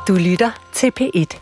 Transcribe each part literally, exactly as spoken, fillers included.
Du lytter til P et.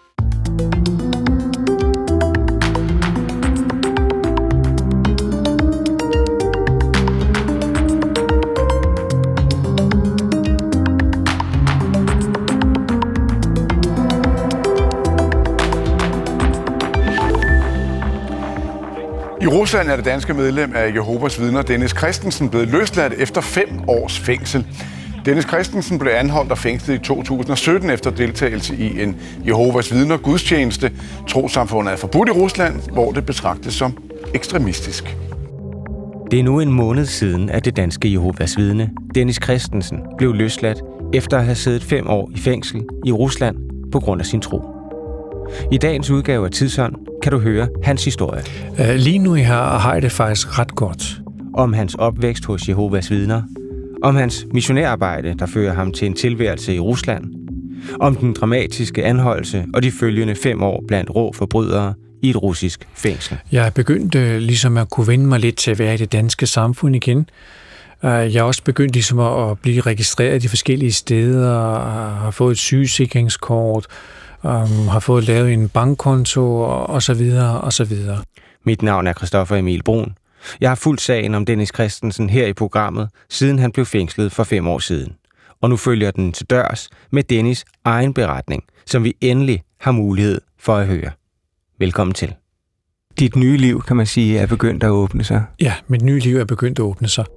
I Rusland er det danske medlem af Jehovas Vidner, Dennis Christensen, blevet løsladt efter fem års fængsel. Dennis Christensen blev anholdt og fængslet i to tusind og sytten efter deltagelse i en Jehovas Vidner gudstjeneste. Trossamfundet er forbudt i Rusland, hvor det betragtes som ekstremistisk. Det er nu en måned siden, at det danske Jehovas Vidne, Dennis Christensen, blev løsladt efter at have siddet fem år i fængsel i Rusland på grund af sin tro. I dagens udgave af Tidsånd kan du høre hans historie. Lige nu her har jeg det faktisk ret godt. Om hans opvækst hos Jehovas Vidner. Om hans missionærarbejde, der fører ham til en tilværelse i Rusland. Om den dramatiske anholdelse og de følgende fem år blandt rå forbrydere i et russisk fængsel. Jeg er begyndt ligesom at kunne vende mig lidt til at være i det danske samfund igen. Jeg er også begyndt ligesom at blive registreret de forskellige steder, har fået et sygesikringskort, Um, har fået lavet en bankkonto og, og så videre og så videre. Mit navn er Christoffer Emil Brun. Jeg har fulgt sagen om Dennis Christensen her i programmet, siden han blev fængslet for fem år siden. Og nu følger den til dørs med Dennis' egen beretning, som vi endelig har mulighed for at høre. Velkommen til. Dit nye liv, kan man sige, er begyndt at åbne sig. Ja, mit nye liv er begyndt at åbne sig.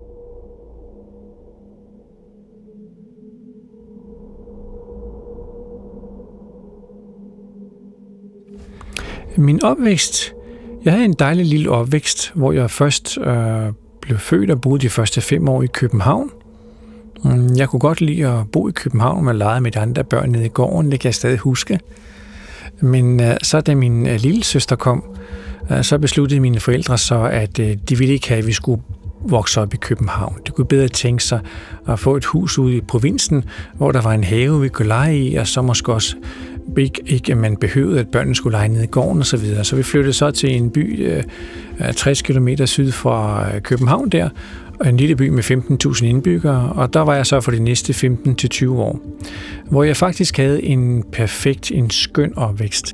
Min opvækst, jeg havde en dejlig lille opvækst, hvor jeg først øh, blev født og boede de første fem år i København. Jeg kunne godt lide at bo i København, og lege med de andre børn nede i gården, det kan jeg stadig huske. Men øh, så da min øh, lille søster kom, øh, så besluttede mine forældre så, at øh, de ville ikke have, at vi skulle vokse op i København. De kunne bedre tænke sig at få et hus ude i provinsen, hvor der var en have, vi kunne lege i, og så måske også ikke, ikke man behøvede, at børnene skulle lege nede i gården og så videre. Så vi flyttede så til en by øh, tres kilometer syd fra København der, en lille by med femten tusind indbyggere, og der var jeg så for de næste femten til tyve år, hvor jeg faktisk havde en perfekt, en skøn opvækst.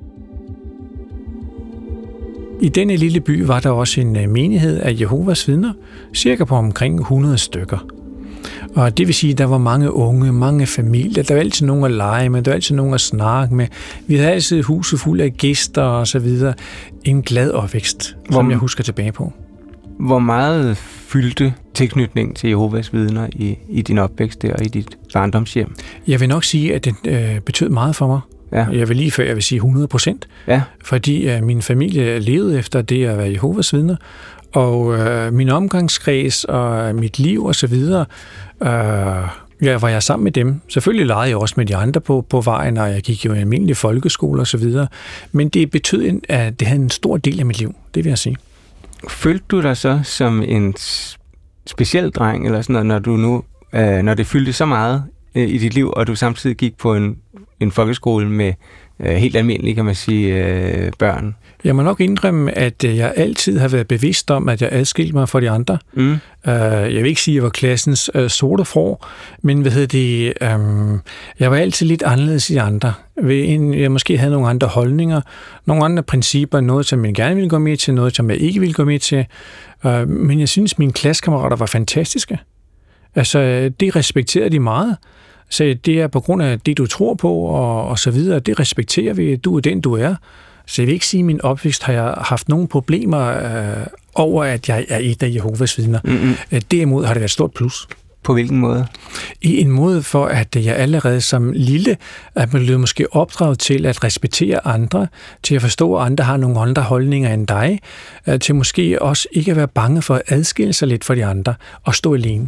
I denne lille by var der også en menighed af Jehovas Vidner, cirka på omkring hundrede stykker. Og det vil sige, at der var mange unge, mange familier. Der var altid nogen at lege med, der var altid nogen at snakke med. Vi havde altid huset fuld af gæster og så videre. En glad opvækst, hvor, som jeg husker tilbage på. Hvor meget fyldte tilknytning til Jehovas Vidner i, i din opvækst der og i dit barndomshjem? Jeg vil nok sige, at det øh, betød meget for mig. Ja. Jeg vil lige før, jeg vil sige hundrede procent. Ja. Fordi øh, min familie levede efter det at være Jehovas Vidner. Og øh, min omgangskreds og mit liv og så videre, øh, ja, var jeg sammen med dem. Selvfølgelig legede jeg også med de andre på, på vejen, og jeg gik jo i en almindelig folkeskole og så videre. Men det betød, at det havde en stor del af mit liv, det vil jeg sige. Følte du dig så som en speciel dreng, eller sådan noget, når du nu, øh, når det fyldte så meget øh, i dit liv, og du samtidig gik på en, en folkeskole med øh, helt almindelige, kan man sige, øh, børn? Jeg må nok indrømme, at jeg altid har været bevidst om, at jeg adskilte mig fra de andre. Mm. Uh, jeg vil ikke sige, at jeg var klassens uh, sorte får, men hvad hedder det, um, jeg var altid lidt anderledes i de andre. Jeg måske havde nogle andre holdninger, nogle andre principper, noget som jeg gerne ville gå med til, noget som jeg ikke ville gå med til. Uh, men jeg synes, mine klassekammerater var fantastiske. Altså, det respekterede de meget. Så det er på grund af det, du tror på, og, og så videre. Det respekterer vi. Du er den, du er. Så jeg vil ikke sige, at min opvækst har jeg haft nogle problemer øh, over, at jeg er et af Jehovas Vidner. Mm-hmm. Derimod har det været et stort plus. På hvilken måde? I en måde for, at jeg allerede som lille er blevet måske opdraget til at respektere andre, til at forstå, at andre har nogle andre holdninger end dig, til måske også ikke at være bange for at adskille sig lidt fra de andre og stå alene.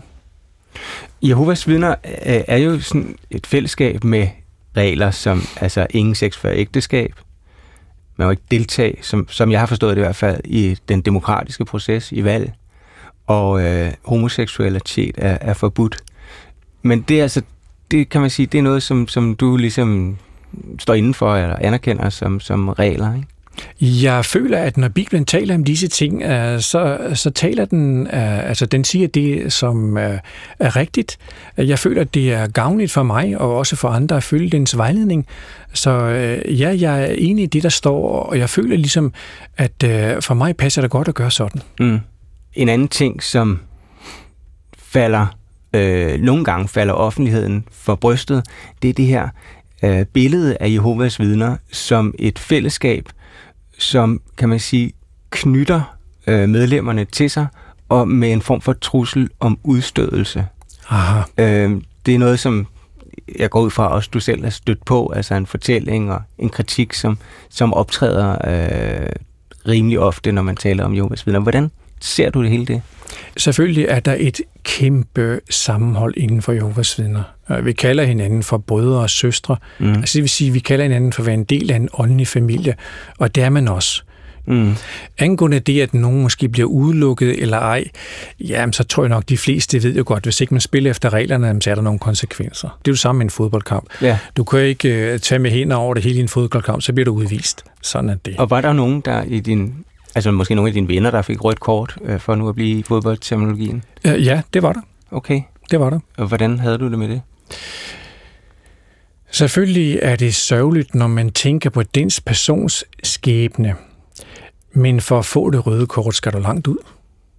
Jehovas Vidner er jo sådan et fællesskab med regler som altså ingen sex før ægteskab. Man må ikke deltage, som, som jeg har forstået det i hvert fald, i den demokratiske proces i valg. Og øh, homoseksualitet er, er forbudt. Men det er altså, det kan man sige, det er noget, som, som du ligesom står indenfor eller anerkender som, som regler, ikke? Jeg føler, at når Bibelen taler om disse ting, så, så taler den, altså den siger det, som er rigtigt. Jeg føler, at det er gavnligt for mig, og også for andre at følge dens vejledning. Så ja, jeg er enig i det, der står, og jeg føler ligesom, at for mig passer det godt at gøre sådan. Mm. En anden ting, som falder, øh, nogle gange falder offentligheden for brystet, det er det her øh, billede af Jehovas vidner som et fællesskab, som, kan man sige, knytter øh, medlemmerne til sig, og med en form for trussel om udstødelse. Aha. Øh, det er noget, som jeg går ud fra, også du selv har stødt på, altså en fortælling og en kritik, som, som optræder øh, rimelig ofte, når man taler om Jehovas vidner. Hvordan ser du det hele det? Selvfølgelig er der et kæmpe sammenhold inden for Jehovas vidner. Vi kalder hinanden for brødre og søstre. Mm. Altså det vil sige, at vi kalder hinanden for at være en del af en åndelig familie, og det er man også. Mm. Angående det, at nogen måske bliver udelukket eller ej, jamen, så tror jeg nok, de fleste ved jo godt, hvis ikke man spiller efter reglerne, så er der nogle konsekvenser. Det er jo samme med en fodboldkamp. Ja. Du kan ikke uh, tage med hænder over det hele i en fodboldkamp, så bliver du udvist. Sådan er det. Og var der nogen, der i din, altså måske nogle af dine venner, der fik rødt kort uh, for nu at blive i fodboldterminologien? Uh, ja, det var der. Okay. Det var der. Og hvordan havde du det med det? Selvfølgelig er det sørgeligt, når man tænker på dens persons skæbne. Men for at få det røde kort, skal du langt ud.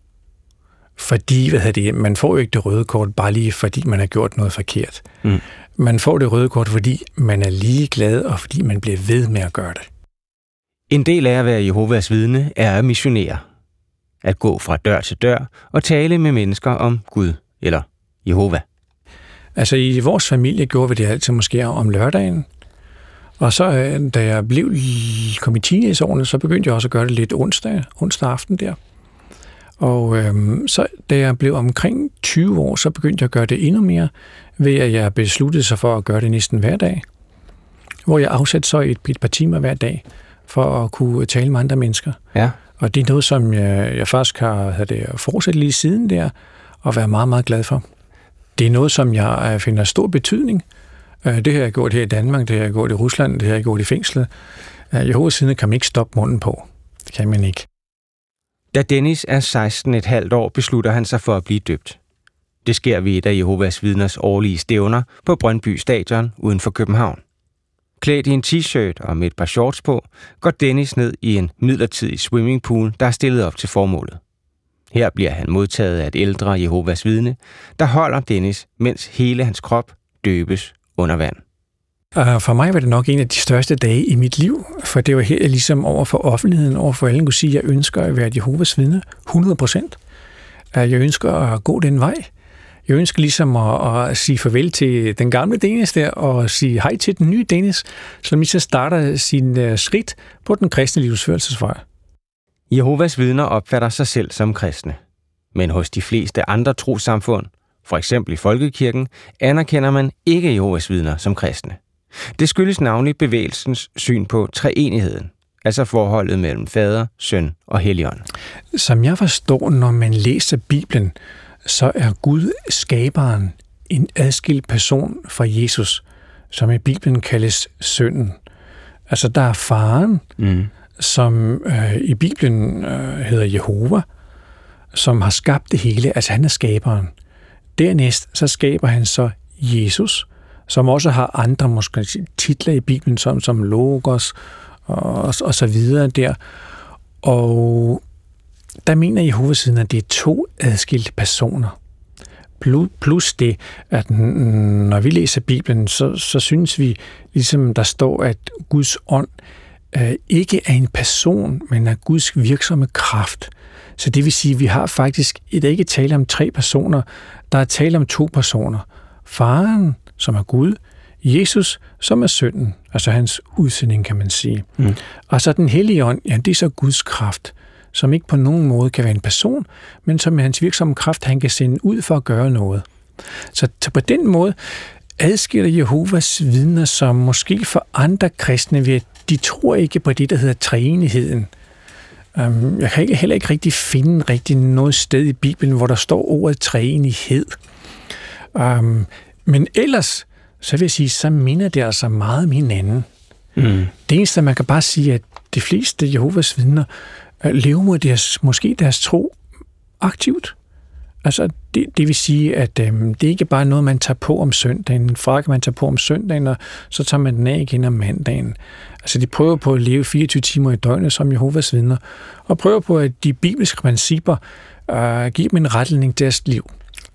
Fordi, hvad hedder det, man får jo ikke det røde kort, bare lige fordi man har gjort noget forkert. Mm. Man får det røde kort, fordi man er ligeglad, og fordi man bliver ved med at gøre det. En del af at være Jehovas vidne er at missionere. At gå fra dør til dør og tale med mennesker om Gud eller Jehova. Altså i vores familie gjorde vi det altid måske om lørdagen. Og så da jeg blev, kom i teenageårene, så begyndte jeg også at gøre det lidt onsdag, onsdag aften der. Og øhm, så da jeg blev omkring tyve år, så begyndte jeg at gøre det endnu mere, ved at jeg besluttede sig for at gøre det næsten hver dag. Hvor jeg afsatte så et, et par timer hver dag, for at kunne tale med andre mennesker. Ja. Og det er noget, som jeg, jeg faktisk har havde det, fortsat lige siden der, og været meget, meget glad for. Det er noget, som jeg finder stor betydning. Det har jeg gjort her i Danmark, det har jeg gjort i Rusland, det har jeg gjort i fængslet. Jehovas vidner kan man ikke stoppe munden på. Det kan man ikke. Da Dennis er seksten et halvt år, beslutter han sig for at blive døbt. Det sker ved et af Jehovas vidners årlige stævner på Brøndby Stadion uden for København. Klædt i en t-shirt og med et par shorts på, går Dennis ned i en midlertidig swimmingpool, der er stillet op til formålet. Her bliver han modtaget af et ældre Jehovas vidne, der holder Dennis, mens hele hans krop døbes under vand. For mig var det nok en af de største dage i mit liv, for det var her, jeg ligesom over for offentligheden, over for alle kunne sige, at jeg ønsker at være Jehovas vidne hundrede procent. Jeg ønsker at gå den vej. Jeg ønsker ligesom at, at sige farvel til den gamle Dennis der, og sige hej til den nye Dennis, som lige så starter sin skridt på den kristne livsførelsesvej. Jehovas vidner opfatter sig selv som kristne. Men hos de fleste andre trossamfund, for eksempel i folkekirken, anerkender man ikke Jehovas vidner som kristne. Det skyldes navnlig bevægelsens syn på treenigheden, altså forholdet mellem fader, søn og helligånd. Som jeg forstår, når man læser Bibelen, så er Gud, skaberen, en adskilt person fra Jesus, som i Bibelen kaldes sønnen. Altså der er faren, mm. som øh, i Bibelen øh, hedder Jehova, som har skabt det hele, altså han er skaberen. Dernæst så skaber han så Jesus, som også har andre måske titler i Bibelen, som, som Logos og, og så videre der. Og der mener Jehovas vidner, at det er to adskilte personer. Plus det, at når vi læser Bibelen, så, så synes vi, ligesom der står, at Guds ånd øh, ikke er en person, men er Guds virksomme kraft. Så det vil sige, at vi har faktisk et, ikke tale om tre personer, der er tale om to personer. Faren, som er Gud, Jesus, som er sønnen, altså hans udsending, kan man sige. Mm. Og så den hellige ånd, ja, det er så Guds kraft, som ikke på nogen måde kan være en person, men som er hans virksomme kraft, han kan sende ud for at gøre noget. Så, så på den måde adskiller Jehovas vidner, som måske for andre kristne ved, de tror ikke på det, der hedder treenigheden. Um, jeg kan ikke, heller ikke rigtig finde rigtig noget sted i Bibelen, hvor der står ordet treenighed. Um, men ellers, så vil jeg sige, så minder det altså meget om hinanden. Mm. Det eneste, man kan bare sige, at de fleste Jehovas vidner lever mod deres, måske deres tro aktivt. Altså, det, det vil sige, at øhm, det er ikke bare noget, man tager på om søndagen, en frakke, man tager på om søndagen, og så tager man den af igen om mandagen. Altså, de prøver på at leve fireogtyve timer i døgnet som Jehovas vidner, og prøver på, at de bibelske principper øh, giver dem en retning til deres liv.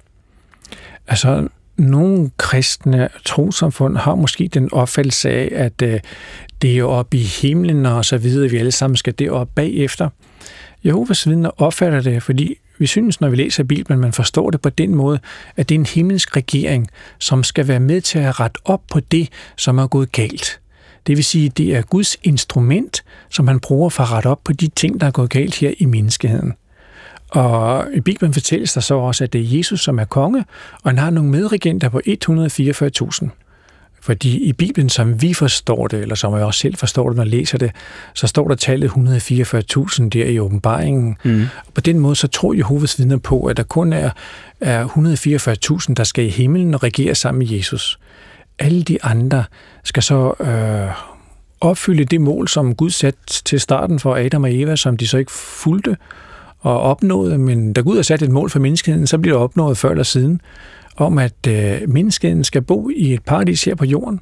Altså, nogle kristne trossamfund har måske den opfattelse af, at øh, det er oppe i himlen og så videre, vi alle sammen skal derop bagefter. Jehovas vidner opfatter det, fordi vi synes, når vi læser Bibelen, man forstår det på den måde, at det er en himmelsk regering, som skal være med til at rette op på det, som er gået galt. Det vil sige, at det er Guds instrument, som han bruger for at rette op på de ting, der er gået galt her i menneskeheden. Og i Bibelen fortælles der så også, at det er Jesus, som er konge, og han har nogle medregenter på et hundrede og fireogfyrre tusind. Fordi i Bibelen, som vi forstår det, eller som jeg også selv forstår det, når jeg læser det, så står der tallet et hundrede og fireogfyrre tusind der i åbenbaringen. Mm. Og på den måde, så tror Jehovas vidner på, at der kun er, er et hundrede og fireogfyrre tusind, der skal i himlen og regere sammen med Jesus. Alle de andre skal så øh, opfylde det mål, som Gud satte til starten for Adam og Eva, som de så ikke fulgte og opnåede. Men da Gud har sat et mål for menneskeheden, så bliver det opnået før eller siden, om at øh, menneskeheden skal bo i et paradis her på jorden,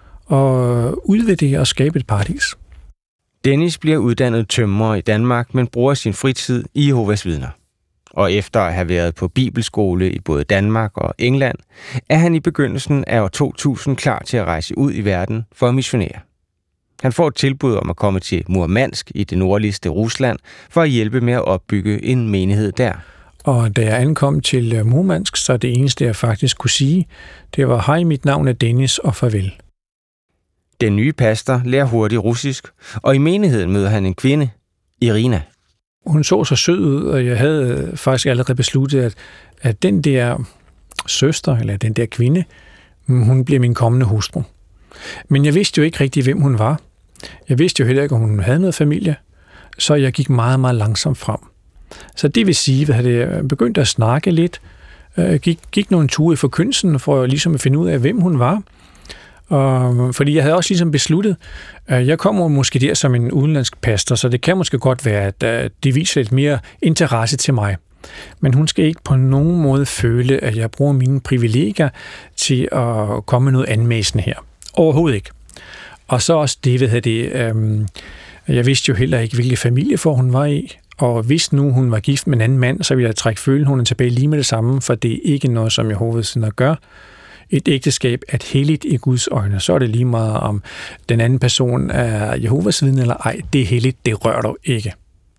og udvikle og skabe et paradis. Dennis bliver uddannet tømrer i Danmark, men bruger sin fritid i Jehovas vidner. Og efter at have været på bibelskole i både Danmark og England, er han i begyndelsen af år to tusind klar til at rejse ud i verden for at missionere. Han får et tilbud om at komme til Murmansk i det nordligste Rusland for at hjælpe med at opbygge en menighed der. Og da jeg ankom til Murmansk, så det eneste, jeg faktisk kunne sige, det var, hej, mit navn er Dennis, og farvel. Den nye pastor lærer hurtigt russisk, og i menigheden møder han en kvinde, Irina. Hun så så sød ud, og jeg havde faktisk allerede besluttet, at, at den der søster, eller den der kvinde, hun bliver min kommende hustru. Men jeg vidste jo ikke rigtig, hvem hun var. Jeg vidste jo heller ikke, om hun havde noget familie, så jeg gik meget, meget langsomt frem. Så det vil sige, at jeg begyndte at snakke lidt, gik, gik nogle ture i forkyndelsen for ligesom at finde ud af, hvem hun var. Og, fordi jeg havde også ligesom besluttet, at jeg kommer måske der som en udenlandsk pastor, så det kan måske godt være, at det viser lidt mere interesse til mig. Men hun skal ikke på nogen måde føle, at jeg bruger mine privilegier til at komme med noget anmæsende her. Overhovedet ikke. Og så også det, hvad det, øhm, jeg vidste jo heller ikke, hvilke familieforhold hun var i. Og hvis nu hun var gift med en anden mand, så ville jeg trække følehornet tilbage lige med det samme, for det er ikke noget, som Jehovas vidner gør. Et ægteskab er helligt i Guds øjne. Så er det lige meget, om den anden person er Jehovas vidne eller ej. Det er helligt, det rører du ikke.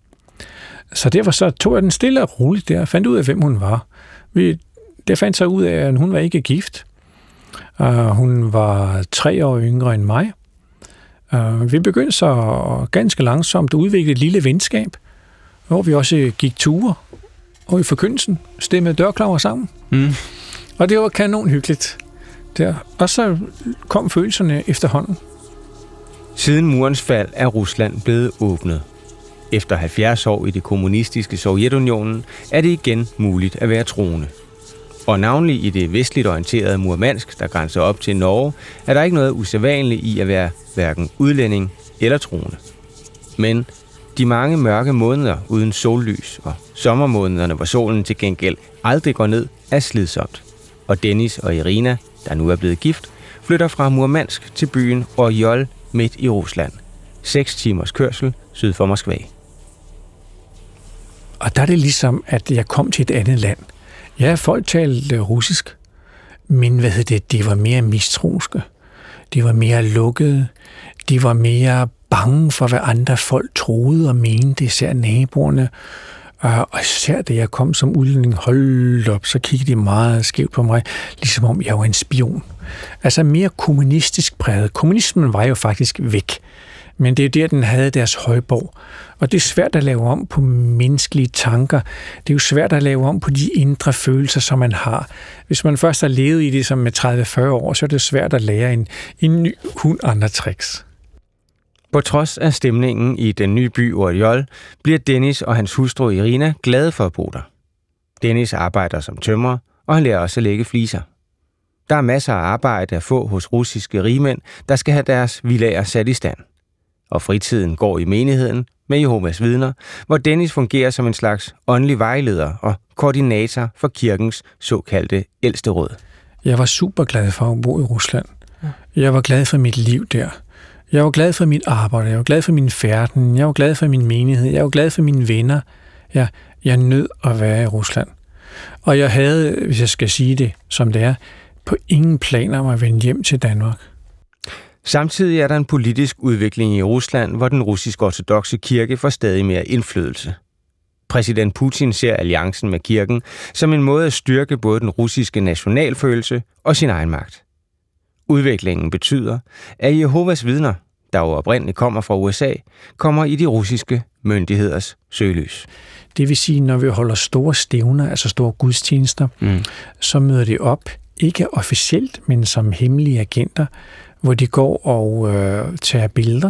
Så derfor så tog jeg den stille og roligt der, og fandt ud af, hvem hun var. Vi, der fandt så ud af, at hun var ikke gift. Uh, hun var tre år yngre end mig. Uh, vi begyndte så ganske langsomt at udvikle et lille venskab, hvor vi også gik ture, og i forkyndelsen stemmede dørklokker sammen. Mm. Og det var kanon hyggeligt der. Og så kom følelserne efterhånden. Siden murens fald er Rusland blevet åbnet. Efter halvfjerds år i det kommunistiske Sovjetunionen er det igen muligt at være troende. Og navnlig i det vestligt orienterede Murmansk, der grænser op til Norge, er der ikke noget usædvanligt i at være hverken udlænding eller troende. Men de mange mørke måneder uden sollys og sommermånederne, hvor solen til gengæld aldrig går ned, er slidsomt. Og Dennis og Irina, der nu er blevet gift, flytter fra Murmansk til byen Oryol midt i Rusland. Seks timers kørsel syd for Moskva. Og der er det ligesom, at jeg kom til et andet land. Ja, folk talte russisk, men hvad hed det, det var mere mistroiske. De var mere lukkede. De var mere bange for, hvad andre folk troede og mente, især naboerne. Og især da jeg kom som udlænding, hold op, så kiggede de meget skævt på mig, ligesom om jeg var en spion. Altså mere kommunistisk præget. Kommunismen var jo faktisk væk. Men det er der, den havde deres højborg. Og det er svært at lave om på menneskelige tanker. Det er jo svært at lave om på de indre følelser, som man har. Hvis man først har levet i det som med tredive til fyrre år, så er det svært at lære en, en ny hund andre tricks. På trods af stemningen i den nye by Oryol, bliver Dennis og hans hustru Irina glade for at bo der. Dennis arbejder som tømrer, og han lærer også at lægge fliser. Der er masser af arbejde at få hos russiske rigmænd, der skal have deres villager sat i stand. og fritiden går i menigheden med Jehovas vidner, hvor Dennis fungerer som en slags åndelig vejleder og koordinator for kirkens såkaldte ældsteråd. Jeg var super glad for at bo i Rusland. Jeg var glad for mit liv der. Jeg var glad for mit arbejde. Jeg var glad for min færden. Jeg var glad for min menighed. Jeg var glad for mine venner. Jeg, jeg nød at være i Rusland. Og jeg havde, hvis jeg skal sige det som det er, på ingen planer om at vende hjem til Danmark. Samtidig er der en politisk udvikling i Rusland, hvor den russisk-ortodokse kirke får stadig mere indflydelse. Præsident Putin ser alliancen med kirken som en måde at styrke både den russiske nationalfølelse og sin egen magt. Udviklingen betyder, at Jehovas vidner, der jo oprindeligt kommer fra U S A, kommer i de russiske myndigheders søgelys. Det vil sige, når vi holder store stævner, altså store gudstjenester, mm. så møder de op, ikke officielt, men som hemmelige agenter, hvor de går og øh, tager billeder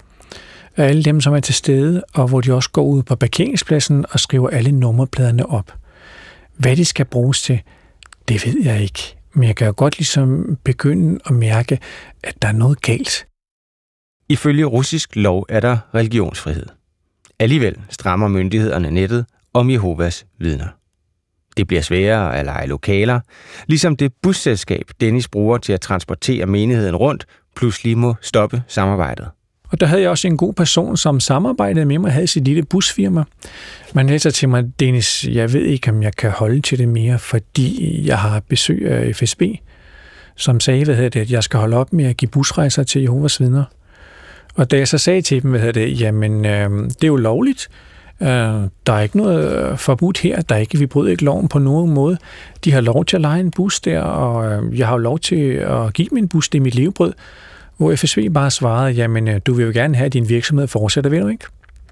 af alle dem, som er til stede, og hvor de også går ud på parkeringspladsen og skriver alle nummerpladerne op. Hvad de skal bruges til, det ved jeg ikke. Men jeg kan jo godt ligesom begynde at mærke, at der er noget galt. Ifølge russisk lov er der religionsfrihed. Alligevel strammer myndighederne nettet om Jehovas vidner. Det bliver sværere at leje lokaler, ligesom det busselskab, Dennis bruger til at transportere menigheden rundt, pludselig må stoppe samarbejdet. Og der havde jeg også en god person, som samarbejdede med mig og havde sit lille busfirma. Man sagde til mig, Dennis, jeg ved ikke, om jeg kan holde til det mere, fordi jeg har besøg af F S B, som sagde, hvad det, at jeg skal holde op med at give busrejser til Jehovas vidner. Og da jeg så sagde til dem, hvad det, jamen, øh, det er jo lovligt. Øh, der er ikke noget forbudt her. Der er ikke, vi bryder ikke loven på nogen måde. De har lov til at leje en bus der, og øh, jeg har jo lov til at give min bus, det er mit levebrød. Hvor F S B bare svarede, jamen, du vil jo gerne have, at din virksomhed fortsætter, vil du ikke?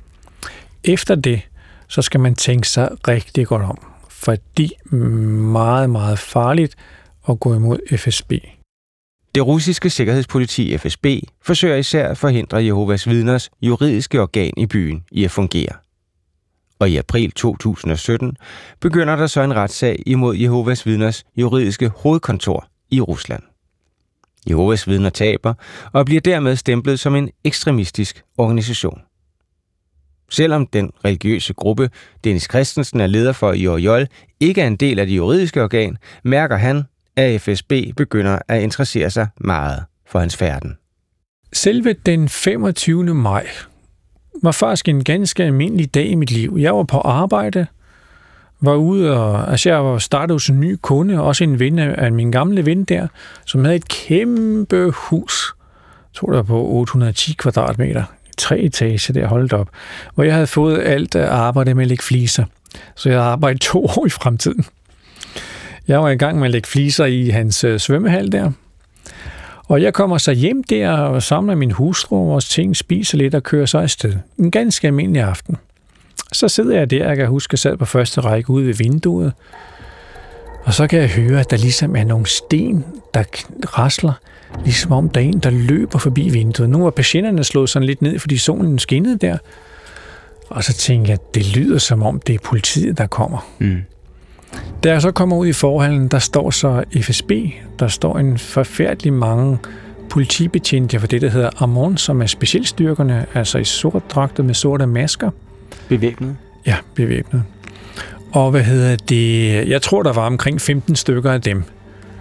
Efter det, så skal man tænke sig rigtig godt om, fordi meget, meget farligt at gå imod F S B. Det russiske sikkerhedspoliti F S B forsøger især at forhindre Jehovas vidners juridiske organ i byen i at fungere. Og i april to tusind og sytten begynder der så en retssag imod Jehovas vidners juridiske hovedkontor i Rusland. Jehovas vidner taber og bliver dermed stemplet som en ekstremistisk organisation. Selvom den religiøse gruppe, Dennis Christensen er leder for i Orjol, ikke er en del af det juridiske organ, mærker han, at F S B begynder at interessere sig meget for hans færden. Selve den femogtyvende maj var faktisk en ganske almindelig dag i mit liv. Jeg var på arbejde, var ude og altså jeg var startet hos en ny kunde, også en ven af min gamle ven der, som havde et kæmpe hus, jeg tror det var på otte hundrede og ti kvadratmeter, tre etager der holdt op, hvor jeg havde fået alt at arbejde med at lægge fliser. Så jeg havde arbejdet to år i fremtiden. Jeg var i gang med at lægge fliser i hans øh, svømmehal der. Og jeg kommer så hjem der og samler min hustru og vores ting, spiser lidt og kører så afsted. En ganske almindelig aften. Så sidder jeg der, jeg kan huske, jeg sad på første række ude ved vinduet. Og så kan jeg høre, at der ligesom er nogle sten, der rasler, ligesom om der er en, der løber forbi vinduet. Nu var patienterne slået sådan lidt ned, fordi solen skinnede der. Og så tænker jeg, at det lyder som om, det er politiet, der kommer. Mm. Da jeg så kommer ud i forhallen, der står så F S B. Der står en forfærdelig mange politibetjente for det, der hedder Amon, som er specialstyrkerne, altså i sort dragter med sorte masker. Bevæbnet? Ja, bevæbnet. Og hvad hedder det? Jeg tror, der var omkring femten stykker af dem.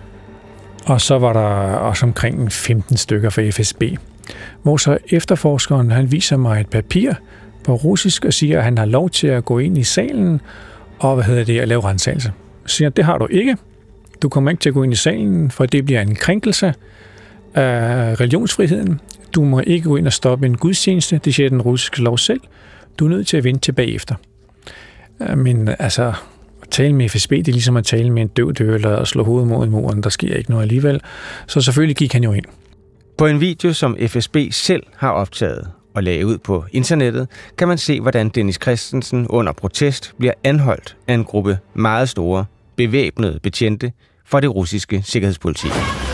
Og så var der også omkring femten stykker fra F S B. Hvor så efterforskeren, han viser mig et papir på russisk og siger, at han har lov til at gå ind i salen og hvad hedder det, at lave ransagelse. Så siger, det har du ikke. Du kommer ikke til at gå ind i salen, for det bliver en krænkelse af religionsfriheden. Du må ikke gå ind og stoppe en gudstjeneste. Det siger den russiske lov selv. Du er nødt til at vente tilbage efter. Men altså, at tale med F S B, det er ligesom at tale med en døv dør eller at slå hovedet mod muren. Der sker ikke noget alligevel. Så selvfølgelig gik han jo ind. På en video, som F S B selv har optaget og lagde ud på internettet, kan man se, hvordan Dennis Christensen under protest bliver anholdt af en gruppe meget store, bevæbnede betjente fra det russiske sikkerhedspoliti.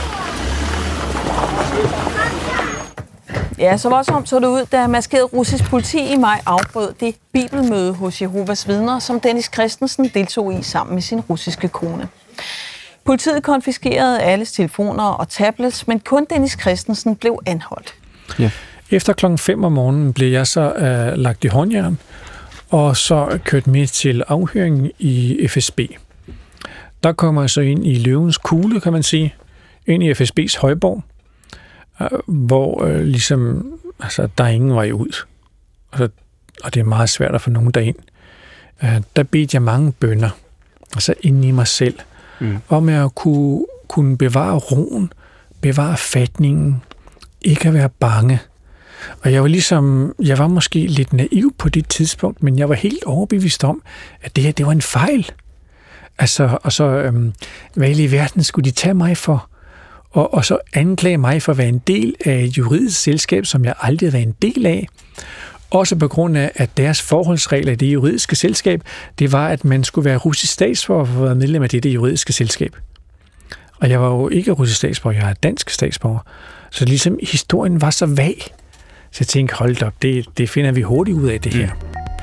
Ja, så voldsomt så det ud, da maskeret russisk politi i maj afbrød det bibelmøde hos Jehovas vidner, som Dennis Christensen deltog i sammen med sin russiske kone. Politiet konfiskerede alles telefoner og tablets, men kun Dennis Christensen blev anholdt. Ja. Efter klokken fem om morgenen blev jeg så øh, lagt i håndjern, og så kørt med til afhøring i F S B. Der kommer jeg så ind i løvens kugle, kan man sige, ind i F S B's højborg, øh, hvor øh, ligesom, altså, der er ingen vej ud. Altså, og det er meget svært at få nogen derind. Øh, der bedte jeg mange bønner, altså inde i mig selv, mm. om at kunne, kunne bevare roen, bevare fatningen, ikke at være bange. Og jeg var ligesom, jeg var måske lidt naiv på det tidspunkt, men jeg var helt overbevist om, at det her, det var en fejl. Altså, og så, øhm, hvad i verden skulle de tage mig for? Og, og så anklage mig for at være en del af et juridisk selskab, som jeg aldrig har været en del af. Også på grund af, at deres forholdsregler i det juridiske selskab, det var, at man skulle være russisk statsborger for at være medlem af det, det juridiske selskab. Og jeg var jo ikke russisk statsborger, jeg er dansk statsborger. Så ligesom historien var så vag. Så jeg tænkte, hold op, det, det finder vi hurtigt ud af, det her.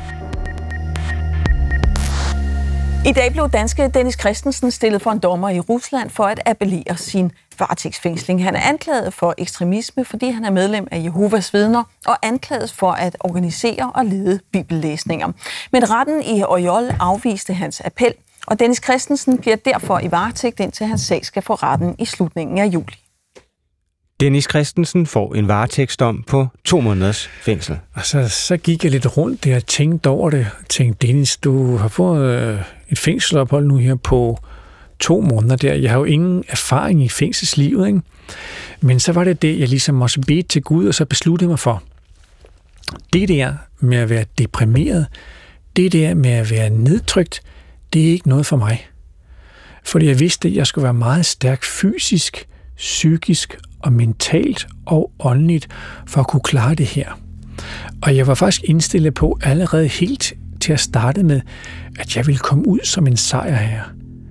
I dag blev danske Dennis Christensen stillet for en dommer i Rusland for at appellere sin varetægtsfængsling. Han er anklaget for ekstremisme, fordi han er medlem af Jehovas Vidner og anklaget for at organisere og lede bibellæsninger. Men retten i Orjol afviste hans appel, og Dennis Christensen bliver derfor i varetægt, indtil hans sag skal for retten i slutningen af juli. Dennis Christensen får en varetægtsdom på to måneders fængsel. Og så, så gik jeg lidt rundt der og tænkte over det. Jeg tænkte, Dennis, du har fået øh, et fængselsophold nu her på to måneder der. Jeg har jo ingen erfaring i fængselslivet, ikke? Men så var det det, jeg ligesom også bedte til Gud, og så besluttede mig for. Det der med at være deprimeret, det der med at være nedtrykt, det er ikke noget for mig. Fordi jeg vidste, at jeg skulle være meget stærk fysisk, psykisk og mentalt og åndeligt for at kunne klare det her. Og jeg var faktisk indstillet på allerede helt til at starte med, at jeg ville komme ud som en sejrherre.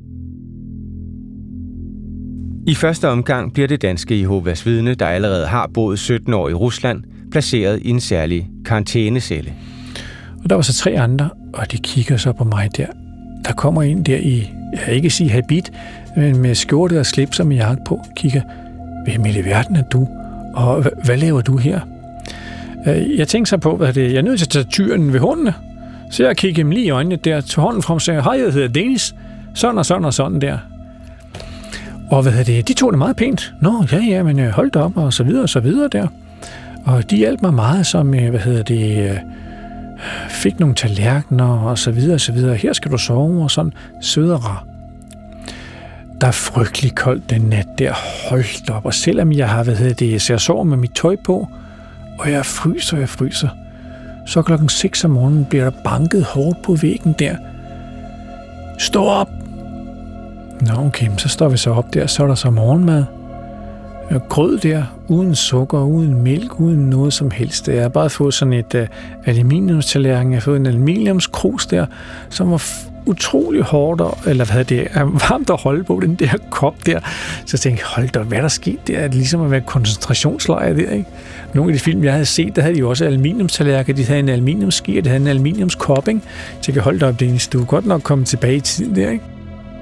I første omgang bliver det danske Jehovas Vidne, der allerede har boet sytten år i Rusland, placeret i en særlig karantænecelle. Og der var så tre andre, og de kigger så på mig der. Der kommer en der i, jeg vil ikke sige habit, men med skjorte og slips og med jakke på, kigger, hvem i verden er du? Og hvad, hvad laver du her? Jeg tænkte så på, at jeg er nødt til at tage tyren ved hundene. Så jeg kiggede dem lige i øjnene der, tog hånden frem og sagde, hej, jeg hedder Dennis. Sådan og sådan og sådan der. Og hvad hedder det? De tog det meget pænt. Nå, ja, ja, men hold da op, og så videre og så videre der. Og de hjalp mig meget som, hvad hedder det, fik nogle tallerkener og så videre og så videre. Her skal du sove og sådan, sød og rar. Der er frygtelig koldt den nat der, holdt op. Og selvom jeg har, hvad hedder det, så jeg sover med mit tøj på, og jeg fryser, jeg fryser, så klokken seks om morgenen bliver der banket hårdt på væggen der. Stå op! Nå, okay, så står vi så op der, så er der så morgenmad. Grød der, uden sukker, uden mælk, uden noget som helst. Jeg har bare fået sådan et uh, aluminiumstallerken, jeg har fået en aluminiumskrus der, som var f- utrolig hårdt, eller hvad det er, varmt at holde på, den der kop der. Så jeg tænkte, hold da, hvad der skete der? Er det ligesom at være koncentrationslejr der, ikke? Nogle af de film, jeg havde set, der havde de jo også aluminiumstallerker, de havde en aluminiumsski, og de havde en aluminiumskop, ikke? Så jeg kan holde op, Dennis, du er godt nok kommet tilbage i tiden der, ikke?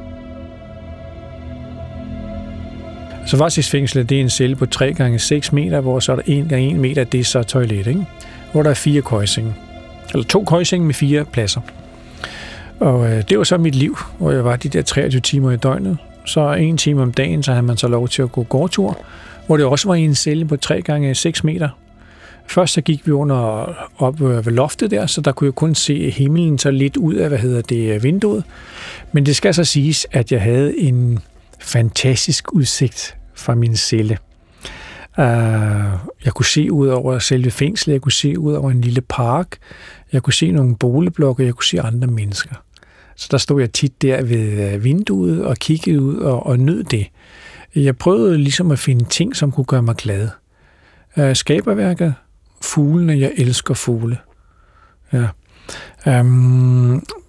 Så varetægtsfængslet, det er en celle på tre gange seks meter, hvor så er der en gange en meter, det er så toilet, ikke? Hvor der er fire køjesenge. Eller to køjesenge med fire pladser. Og øh, det var så mit liv, hvor jeg var de der treogtyve timer i døgnet. Så en time om dagen, så havde man så lov til at gå gårdtur, hvor det også var i en celle på tre gange seks meter. Først så gik vi under op ved loftet der, så der kunne jeg kun se himlen så lidt ud af, hvad hedder det, vinduet. Men det skal så siges, at jeg havde en fantastisk udsigt fra min celle. Uh, jeg kunne se ud over selve fængslet, jeg kunne se ud over en lille park, jeg kunne se nogle boligblokke, jeg kunne se andre mennesker. Så der stod jeg tit der ved vinduet og kiggede ud og, og nød det. Jeg prøvede ligesom at finde ting, som kunne gøre mig glad. Uh, skaberværket, fuglene, jeg elsker fugle. Ja. Um,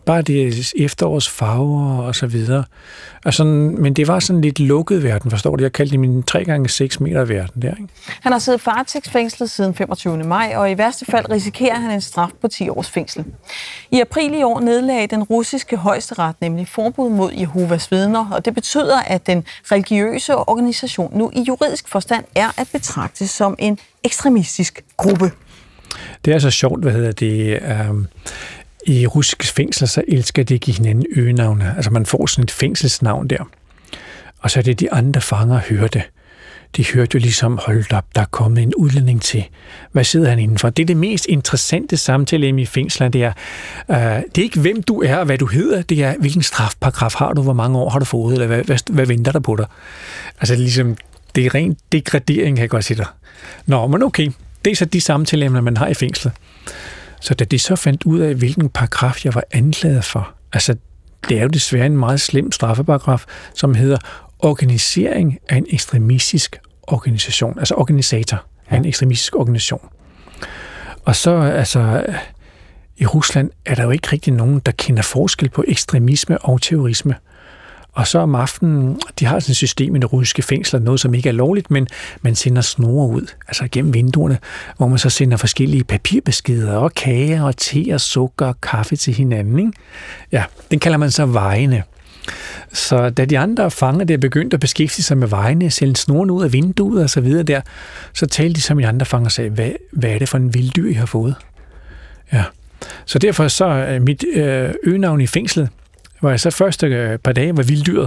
bare det efterårs farver og så videre. Og sådan, men det var sådan lidt lukket verden, forstår du? Jeg kaldte det min tre gange seks meter verden der, ikke? Han har siddet varetægtsfængslet siden femogtyvende maj, og i værste fald risikerer han en straf på ti års fængsel. I april i år nedlagde den russiske højesteret nemlig forbud mod Jehovas vidner, og det betyder, at den religiøse organisation nu i juridisk forstand er at betragte som en ekstremistisk gruppe. Det er så sjovt, hvad hedder det... Um I russiske fængsler, så elsker de at give hinanden øgenavne. Altså man får sådan et fængselsnavn der. Og så er det de andre fanger hører det. De hørte jo ligesom, hold op, der er kommet en udlænding til. Hvad sidder han indenfor? Det er det mest interessante samtale i fængsler, det er, uh, det er ikke hvem du er og hvad du hedder, det er hvilken strafparagraf har du, hvor mange år har du fået, eller hvad, hvad, hvad venter der på dig? Altså det er ligesom, det er ren degradering, kan jeg godt sige dig. Nå, men okay, det er så de samtaleemner, man har i fængslet. Så da de så fandt ud af, hvilken paragraf jeg var anklaget for, altså det er jo desværre en meget slem straffeparagraf, som hedder organisering af en ekstremistisk organisation, altså organisator af en ekstremistisk organisation. Og så, altså, i Rusland er der jo ikke rigtig nogen, der kender forskel på ekstremisme og terrorisme. Og så om aftenen, de har sådan et system i de russiske fængsler, noget som ikke er lovligt, men man sender snore ud, altså gennem vinduerne, hvor man så sender forskellige papirbeskeder og kager og te og sukker og kaffe til hinanden, ikke? Ja, den kalder man så vejene. Så da de andre fanger der begyndte at beskæftige sig med vejene, sende snorene ud af vinduet og så videre der, så talte de som de andre fanger og sagde, hvad, hvad er det for en vilddyr, I har fået? Ja, så derfor så er mit øh, øgenavn i fængslet, hvor jeg så første par dage var vilddyret,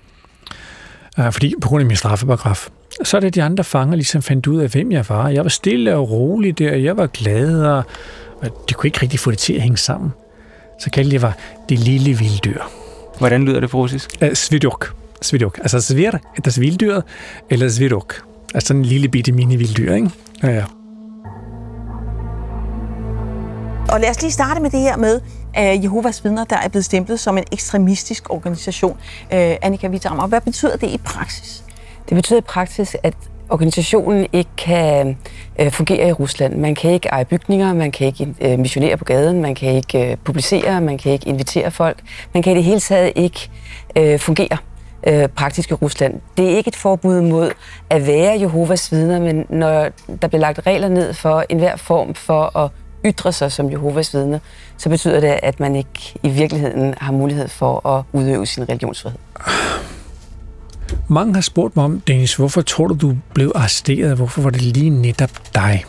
fordi på grund af min straffeparagraf. Så er det de andre fanger ligesom fandt ud af, hvem jeg var. Jeg var stille og rolig der, jeg var glad, og de kunne ikke rigtig få det til at hænge sammen. Så kaldte jeg var det lille vilddyr. Hvordan lyder det på russisk? Uh, svidok. Svidok. Altså svir, det er vilddyret, eller svidok. Altså sådan en lille bitte mini-vilddyr, ikke? Ja, ja. Og lad os lige starte med det her med uh, Jehovas vidner, der er blevet stemplet som en ekstremistisk organisation. Uh, Annika Witthammer, hvad betyder det i praksis? Det betyder i praksis, at organisationen ikke kan uh, fungere i Rusland. Man kan ikke eje bygninger, man kan ikke uh, missionere på gaden, man kan ikke uh, publicere, man kan ikke invitere folk. Man kan i det hele taget ikke uh, fungere uh, praktisk i Rusland. Det er ikke et forbud mod at være Jehovas vidner, men når der bliver lagt regler ned for enhver form for at ytre sig som Jehovas vidne, så betyder det, at man ikke i virkeligheden har mulighed for at udøve sin religionsfrihed. Mange har spurgt mig om, Dennis, hvorfor tror du, du blev arresteret? Hvorfor var det lige netop dig?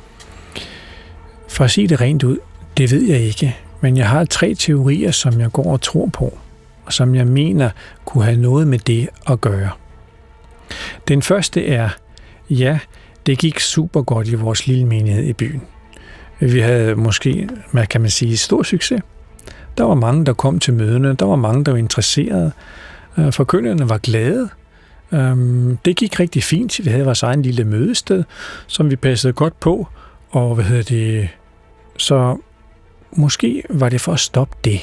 For at sige det rent ud, det ved jeg ikke. Men jeg har tre teorier, som jeg går og tror på, og som jeg mener kunne have noget med det at gøre. Den første er, ja, det gik super godt i vores lille menighed i byen. Vi havde måske, hvad kan man sige, stor succes. Der var mange, der kom til møderne. Der var mange, der var interesserede. Forkynderne var glade. Det gik rigtig fint. Vi havde vores egen lille mødested, som vi passede godt på. Og hvad hedder det? Så måske var det for at stoppe det.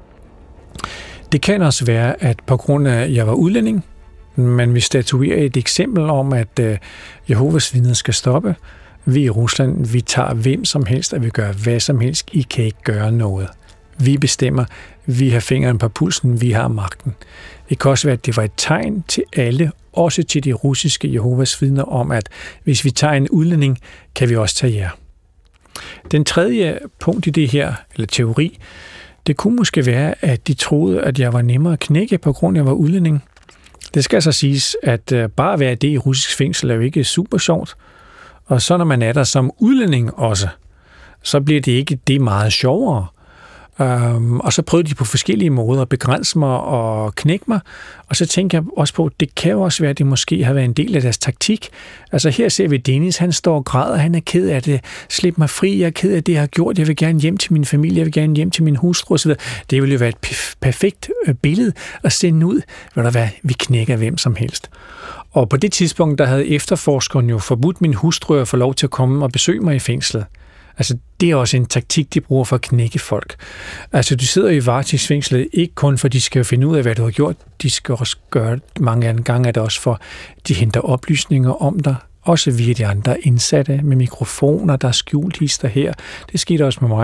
Det kan også være, at på grund af, at jeg var udlænding, man vil statuere et eksempel om, at Jehovas vidner skal stoppe. Vi i Rusland, vi tager hvem som helst, og vi gør hvad som helst. I kan ikke gøre noget. Vi bestemmer, vi har fingeren på pulsen, vi har magten. Det kan også være, at det var et tegn til alle, også til de russiske Jehovas vidner, om at hvis vi tager en udlænding, kan vi også tage jer. Den tredje punkt i det her, eller teori, det kunne måske være, at de troede, at jeg var nemmere at knække, på grund af, at jeg var udlænding. Det skal så siges, at bare at være det i russisk fængsel er jo ikke super sjovt. Og så når man er der som udlænding også, så bliver det ikke det meget sjovere. Um, og så prøvede de på forskellige måder at begrænse mig og knække mig. Og så tænker jeg også på, at det kan jo også være, at det måske har været en del af deres taktik. Altså her ser vi Dennis, han står og græder, han er ked af det. Slip mig fri, jeg er ked af det, jeg har gjort. Jeg vil gerne hjem til min familie, jeg vil gerne hjem til min hustru osv. Det ville jo være et perfekt billede at sende ud. Ved du hvad, vi knækker hvem som helst. Og på det tidspunkt, der havde efterforskeren jo forbudt min hustru at få lov til at komme og besøge mig i fængslet. Altså, det er også en taktik, de bruger for at knække folk. Altså, du sidder i varetægtsfængslet ikke kun for, de skal finde ud af, hvad du har gjort. De skal også gøre, mange af gange er det også for, de henter oplysninger om dig. Også via de andre indsatte med mikrofoner, der er skjult hister her. Det skete også med mig.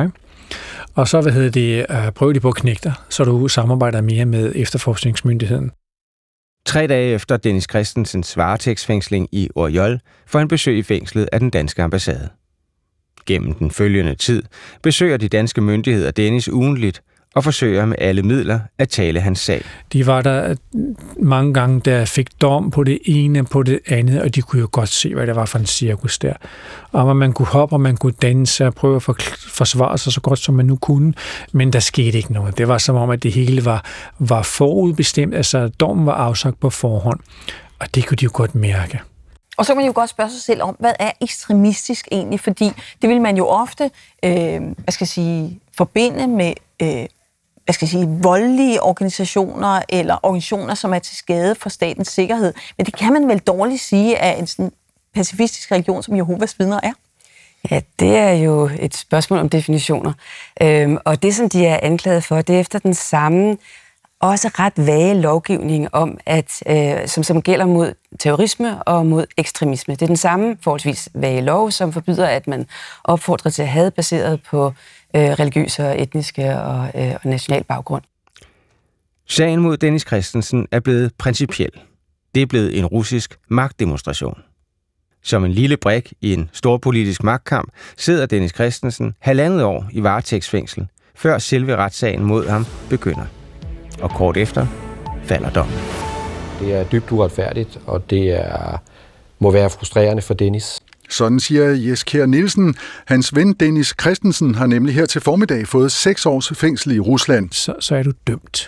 Og så, hvad hedder det, prøver de på at knække dig, så du samarbejder mere med efterforskningsmyndigheden. Tre dage efter Dennis Christensens varetægtsfængsling i Orjol får han besøg i fængslet af den danske ambassade. Gennem den følgende tid besøger de danske myndigheder Dennis ugentligt og forsøger med alle midler at tale hans sag. De var der mange gange, der fik dom på det ene, på det andet, og de kunne jo godt se, hvad det var for en cirkus der. Og man kunne hoppe, og man kunne danse og prøve at forsvare sig så godt, som man nu kunne, men der skete ikke noget. Det var som om, at det hele var, var forudbestemt, altså dommen var afsagt på forhånd, og det kunne de jo godt mærke. Og så kan man jo godt spørge sig selv om, hvad er ekstremistisk egentlig? Fordi det vil man jo ofte, øh, hvad skal jeg sige, forbinde med øh, hvad skal jeg sige, voldelige organisationer eller organisationer, som er til skade for statens sikkerhed. Men det kan man vel dårligt sige, at en sådan pacifistisk religion som Jehovas vidner er? Ja, det er jo et spørgsmål om definitioner. Øhm, og det, som de er anklaget for, det er efter den samme, også ret vage lovgivning om, at, øh, som, som gælder mod terrorisme og mod ekstremisme. Det er den samme forholdsvis vage lov, som forbyder, at man opfordrer til had baseret på øh, religiøse og etniske og, øh, og national baggrund. Sagen mod Dennis Christensen er blevet principiel. Det er blevet en russisk magtdemonstration. Som en lille brik i en stor politisk magtkamp sidder Dennis Christensen halvandet år i varetægtsfængsel, før selve retssagen mod ham begynder. Og kort efter falder dommen. Det er dybt uretfærdigt, og det er, må være frustrerende for Dennis. Sådan siger Jes Kjær Nielsen. Hans ven Dennis Christensen har nemlig her til formiddag fået seks års fængsel i Rusland. Så, så er du dømt.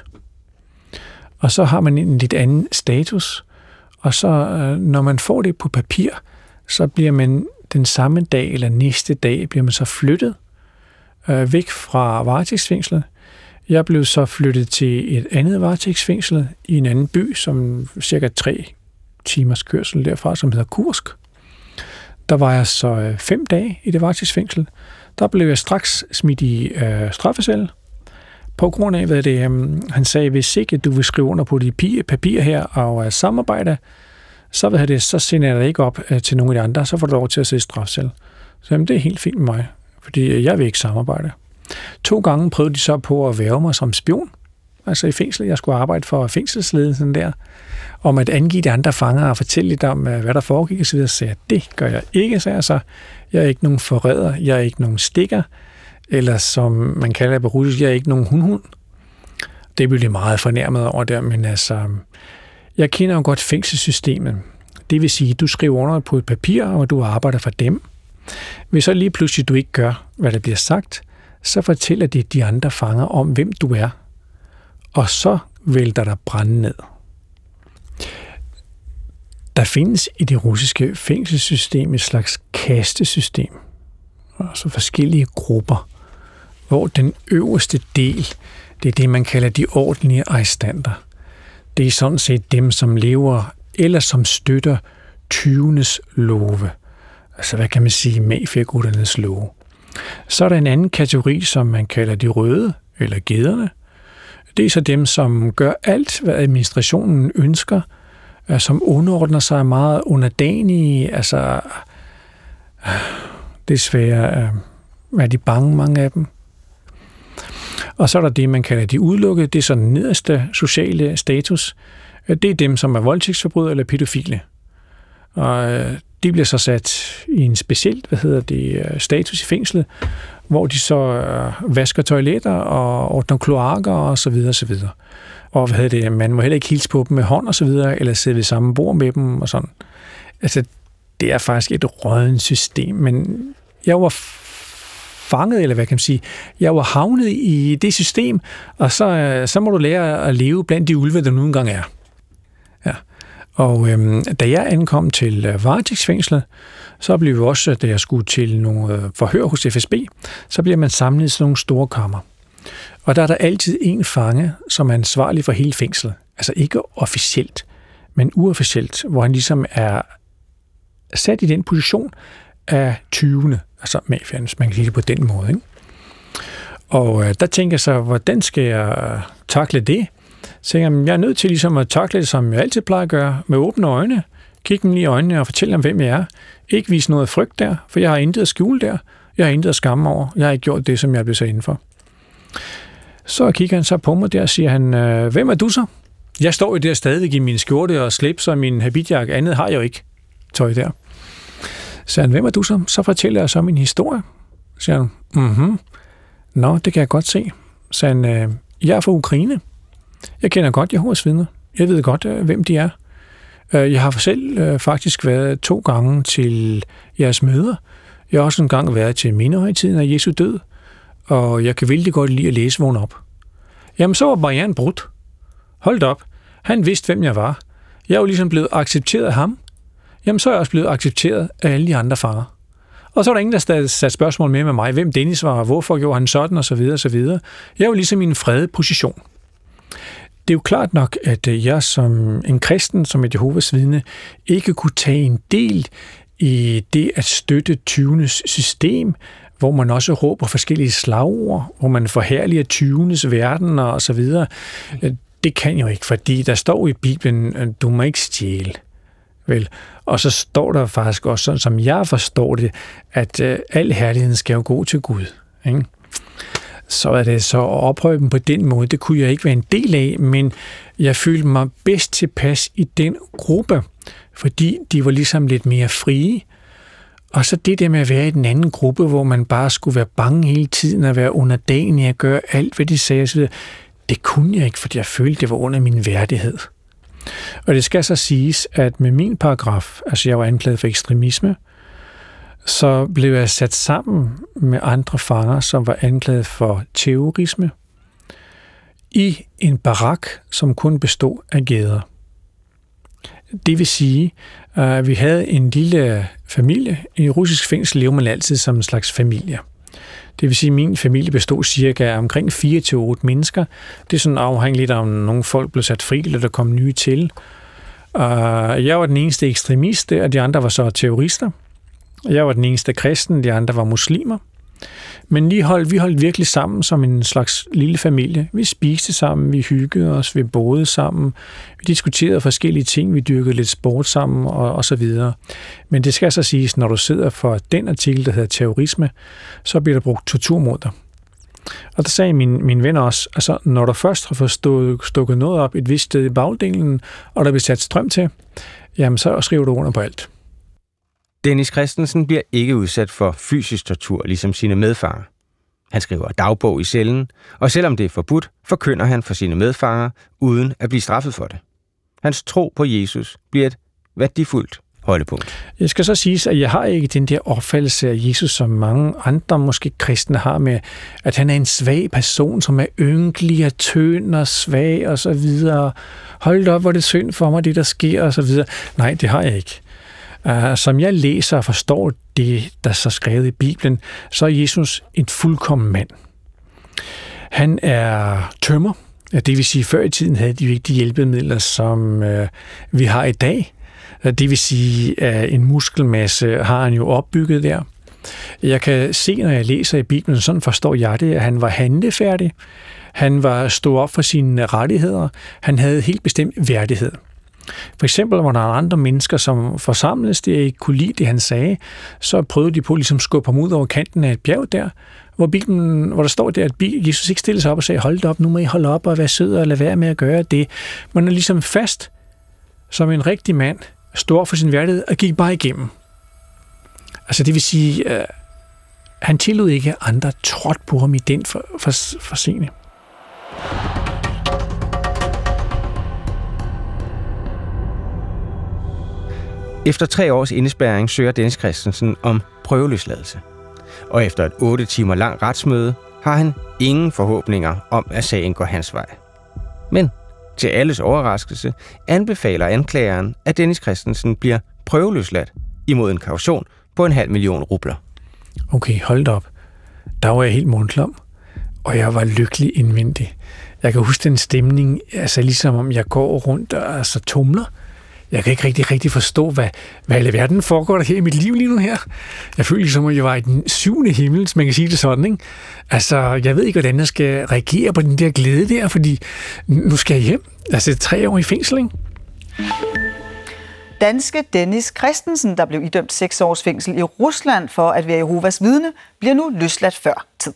Og så har man en lidt anden status. Og så, når man får det på papir, så bliver man den samme dag eller næste dag, bliver man så flyttet øh, væk fra varetægtsfængslet. Jeg blev så flyttet til et andet varetægtsfængsel i en anden by, som cirka tre timers kørsel derfra, som hedder Kursk. Der var jeg så fem dage i det varetægtsfængsel. Der blev jeg straks smidt i øh, straffecelle. På grund af, hvad det øh, han sagde, hvis ikke du vil skrive under på de papirer her og øh, samarbejde, så, hvad det, så sender jeg dig ikke op øh, til nogle af de andre, så får du lov til at sidde i straffecelle. Så jamen, det er helt fint med mig, fordi jeg vil ikke samarbejde. To gange prøvede de så på at værge mig som spion, altså i fængslet. Jeg skulle arbejde for fængselsledelsen der, om at angive de andre fanger og fortælle lidt om, hvad der foregik, og så videre. Så sagde jeg, det gør jeg ikke, sagde jeg så. Jeg er ikke nogen forræder, jeg er ikke nogen stikker, eller som man kalder det på russisk, jeg er ikke nogen hundhund. Det blev de meget fornærmet over der, men altså, jeg kender jo godt fængselssystemet. Det vil sige, du skriver under på et papir, og du arbejder for dem. Hvis så lige pludselig du ikke gør, hvad der bliver sagt, så fortæller de de andre fanger om, hvem du er, og så vælter der brænde ned. Der findes i det russiske fængselssystem et slags kastesystem, altså forskellige grupper, hvor den øverste del, det er det, man kalder de ordentlige arrestanter. Det er sådan set dem, som lever eller som støtter tyvenes love. Altså, hvad kan man sige, mafiagutternes love. Så er der en anden kategori, som man kalder de røde, eller gederne. Det er så dem, som gør alt, hvad administrationen ønsker, som underordner sig meget underdanige, altså desværre er de bange, mange af dem. Og så er der det, man kalder de udelukkede, det er sådan den nederste sociale status. Det er dem, som er voldtægtsforbrydere eller pædofile. Og de bliver så sat i en specielt, hvad hedder det, status i fængslet, hvor de så vasker toiletter og ordner kloakker og så videre og så videre. Og hvad hedder det, man må heller ikke hilse på dem med hånd og så videre, eller sidde ved samme bord med dem og sådan. Altså, det er faktisk et rådent system, men jeg var fanget, eller hvad kan man sige, jeg var havnet i det system, og så, så må du lære at leve blandt de ulve, der nu engang er. Ja. Og øhm, da jeg ankom til øh, varetægtsfængslet, så blev vi også, da jeg skulle til nogle øh, forhør hos F S B, så bliver man samlet i sådan nogle store kammer. Og der er der altid en fange, som er ansvarlig for hele fængslet. Altså ikke officielt, men uofficielt, hvor han ligesom er sat i den position af tyvene, altså mafiaen, hvis man kan sige det på den måde. Ikke? Og øh, der tænker jeg så, hvordan skal jeg takle det? Så tænker jeg, jeg er nødt til ligesom at takle det, som jeg altid plejer at gøre, med åbne øjne. Kigge dem lige i øjnene og fortælle dem, hvem jeg er. Ikke vise noget frygt der, for jeg har intet at skjule der. Jeg har intet at skamme over. Jeg har ikke gjort det, som jeg blev sat indenfor. Så kigger han så på mig der og siger han, øh, hvem er du så? Jeg står jo der stadig i min skjorte og slips og min habitjakke. Andet har jeg jo ikke tøj der. Så han, hvem er du så? Så fortæller jeg så min historie. Så siger han, mhm. Nå, det kan jeg godt se. Så han, øh, jeg er fra Ukraine. Jeg kender godt Jehovas vidner. Jeg ved godt, øh, hvem de er. Jeg har selv øh, faktisk været to gange til jeres møder. Jeg har også en gang været til mindehøjtiden af Jesu død, og jeg kan vældig godt lide at læse vågen op. Jamen, så var barrieren brudt. Hold op. Han vidste, hvem jeg var. Jeg er jo ligesom blevet accepteret af ham. Jamen, så er jeg også blevet accepteret af alle de andre fanger. Og så er der ingen, der satte spørgsmål med med mig, hvem Dennis var, hvorfor gjorde han sådan, og så videre, og så videre. Jeg er jo ligesom i en fredet position. Det er jo klart nok, at jeg som en kristen, som et Jehovas vidne, ikke kunne tage en del i det at støtte tyvenes system, hvor man også råber forskellige slagord, hvor man forherliger tyvenes verden og så videre. Det kan jeg jo ikke, fordi der står i Bibelen, du må ikke stjæle. Vel? Og så står der faktisk også, sådan som jeg forstår det, at al herligheden skal jo gå til Gud. Ikke? Så er det så at oprøre dem på den måde, det kunne jeg ikke være en del af, men jeg følte mig bedst tilpas i den gruppe, fordi de var ligesom lidt mere frie. Og så det der med at være i den anden gruppe, hvor man bare skulle være bange hele tiden, og være underdanig og gøre alt, hvad de sagde osv., det kunne jeg ikke, fordi jeg følte, det var under min værdighed. Og det skal så siges, at med min paragraf, altså jeg var anklaget for ekstremisme, så blev jeg sat sammen med andre fanger, som var anklaget for terrorisme, i en barak, som kun bestod af geder. Det vil sige, at vi havde en lille familie. I russisk fængsel lever man altid som en slags familie. Det vil sige, at min familie bestod cirka omkring fire til otte mennesker. Det er sådan afhængigt af, om nogle folk blev sat fri, eller der kom nye til. Jeg var den eneste ekstremist, og de andre var så terrorister. Jeg var den eneste kristen, de andre var muslimer. Men lige holdt, vi holdt virkelig sammen som en slags lille familie. Vi spiste sammen, vi hyggede os, vi boede sammen, vi diskuterede forskellige ting, vi dyrkede lidt sport sammen og, og så videre. Men det skal så siges, når du sidder for den artikel, der hedder terrorisme, så bliver der brugt tortur mod dig. Og der sagde min, min ven også, altså når du først har fået stukket noget op et vist sted i bagdelen, og der bliver sat strøm til, jamen så skriver du under på alt. Dennis Christensen bliver ikke udsat for fysisk tortur, ligesom sine medfanger. Han skriver dagbog i cellen, og selvom det er forbudt, forkynder han for sine medfanger, uden at blive straffet for det. Hans tro på Jesus bliver et værdifuldt holdepunkt. Jeg skal så sige, at jeg har ikke den der opfattelse af Jesus, som mange andre måske kristne har med, at han er en svag person, som er ynkelig og tynd og svag og så videre. Hold op, hvor det synd for mig, det der sker og så videre. Nej, det har jeg ikke. Uh, som jeg læser og forstår det, der er så skrevet i Bibelen, så er Jesus en fuldkommen mand. Han er tømmer. Det vil sige, før i tiden havde de jo ikke de hjælpemidler, som uh, vi har i dag. Det vil sige, at en muskelmasse har han jo opbygget der. Jeg kan se, når jeg læser i Bibelen, sådan forstår jeg det, at han var handlefærdig. Han var stået op for sine rettigheder. Han havde helt bestemt værdighed. For eksempel, hvor der er andre mennesker, som forsamles, det ikke kunne lide det, han sagde, så prøvede de på at ligesom skubbe ham ud over kanten af et bjerg der, hvor, Bibelen, hvor der står der, at Jesus ikke stillede sig op og sagde, hold op, nu må I holde op og være sød og lade være med at gøre det. Man er ligesom fast som en rigtig mand, stod for sin værdighed og gik bare igennem. Altså det vil sige, at han tillod ikke, at andre trådte på ham i den for, for, for scene. Efter tre års indespærring søger Dennis Christensen om prøveløsladelse. Og efter et otte timer lang retsmøde har han ingen forhåbninger om, at sagen går hans vej. Men til alles overraskelse anbefaler anklageren, at Dennis Christensen bliver prøveløsladt imod en kaution på en halv million rubler. Okay, hold op. Der var jeg helt mundklam, og jeg var lykkelig indvendig. Jeg kan huske den stemning, altså ligesom om jeg går rundt og altså tumler. Jeg kan ikke rigtig, rigtig forstå, hvad, hvad alle verden foregår der her i mit liv lige nu her. Jeg føler ligesom, at jeg var i den syvende himmel, man kan sige det sådan, ikke? Altså, jeg ved ikke, hvordan jeg skal reagere på den der glæde der, fordi nu skal jeg hjem. Altså, tre år i fængsel, ikke? Danske Dennis Christensen, der blev idømt seks års fængsel i Rusland for at være Jehovas vidne, bliver nu løsladt før tid.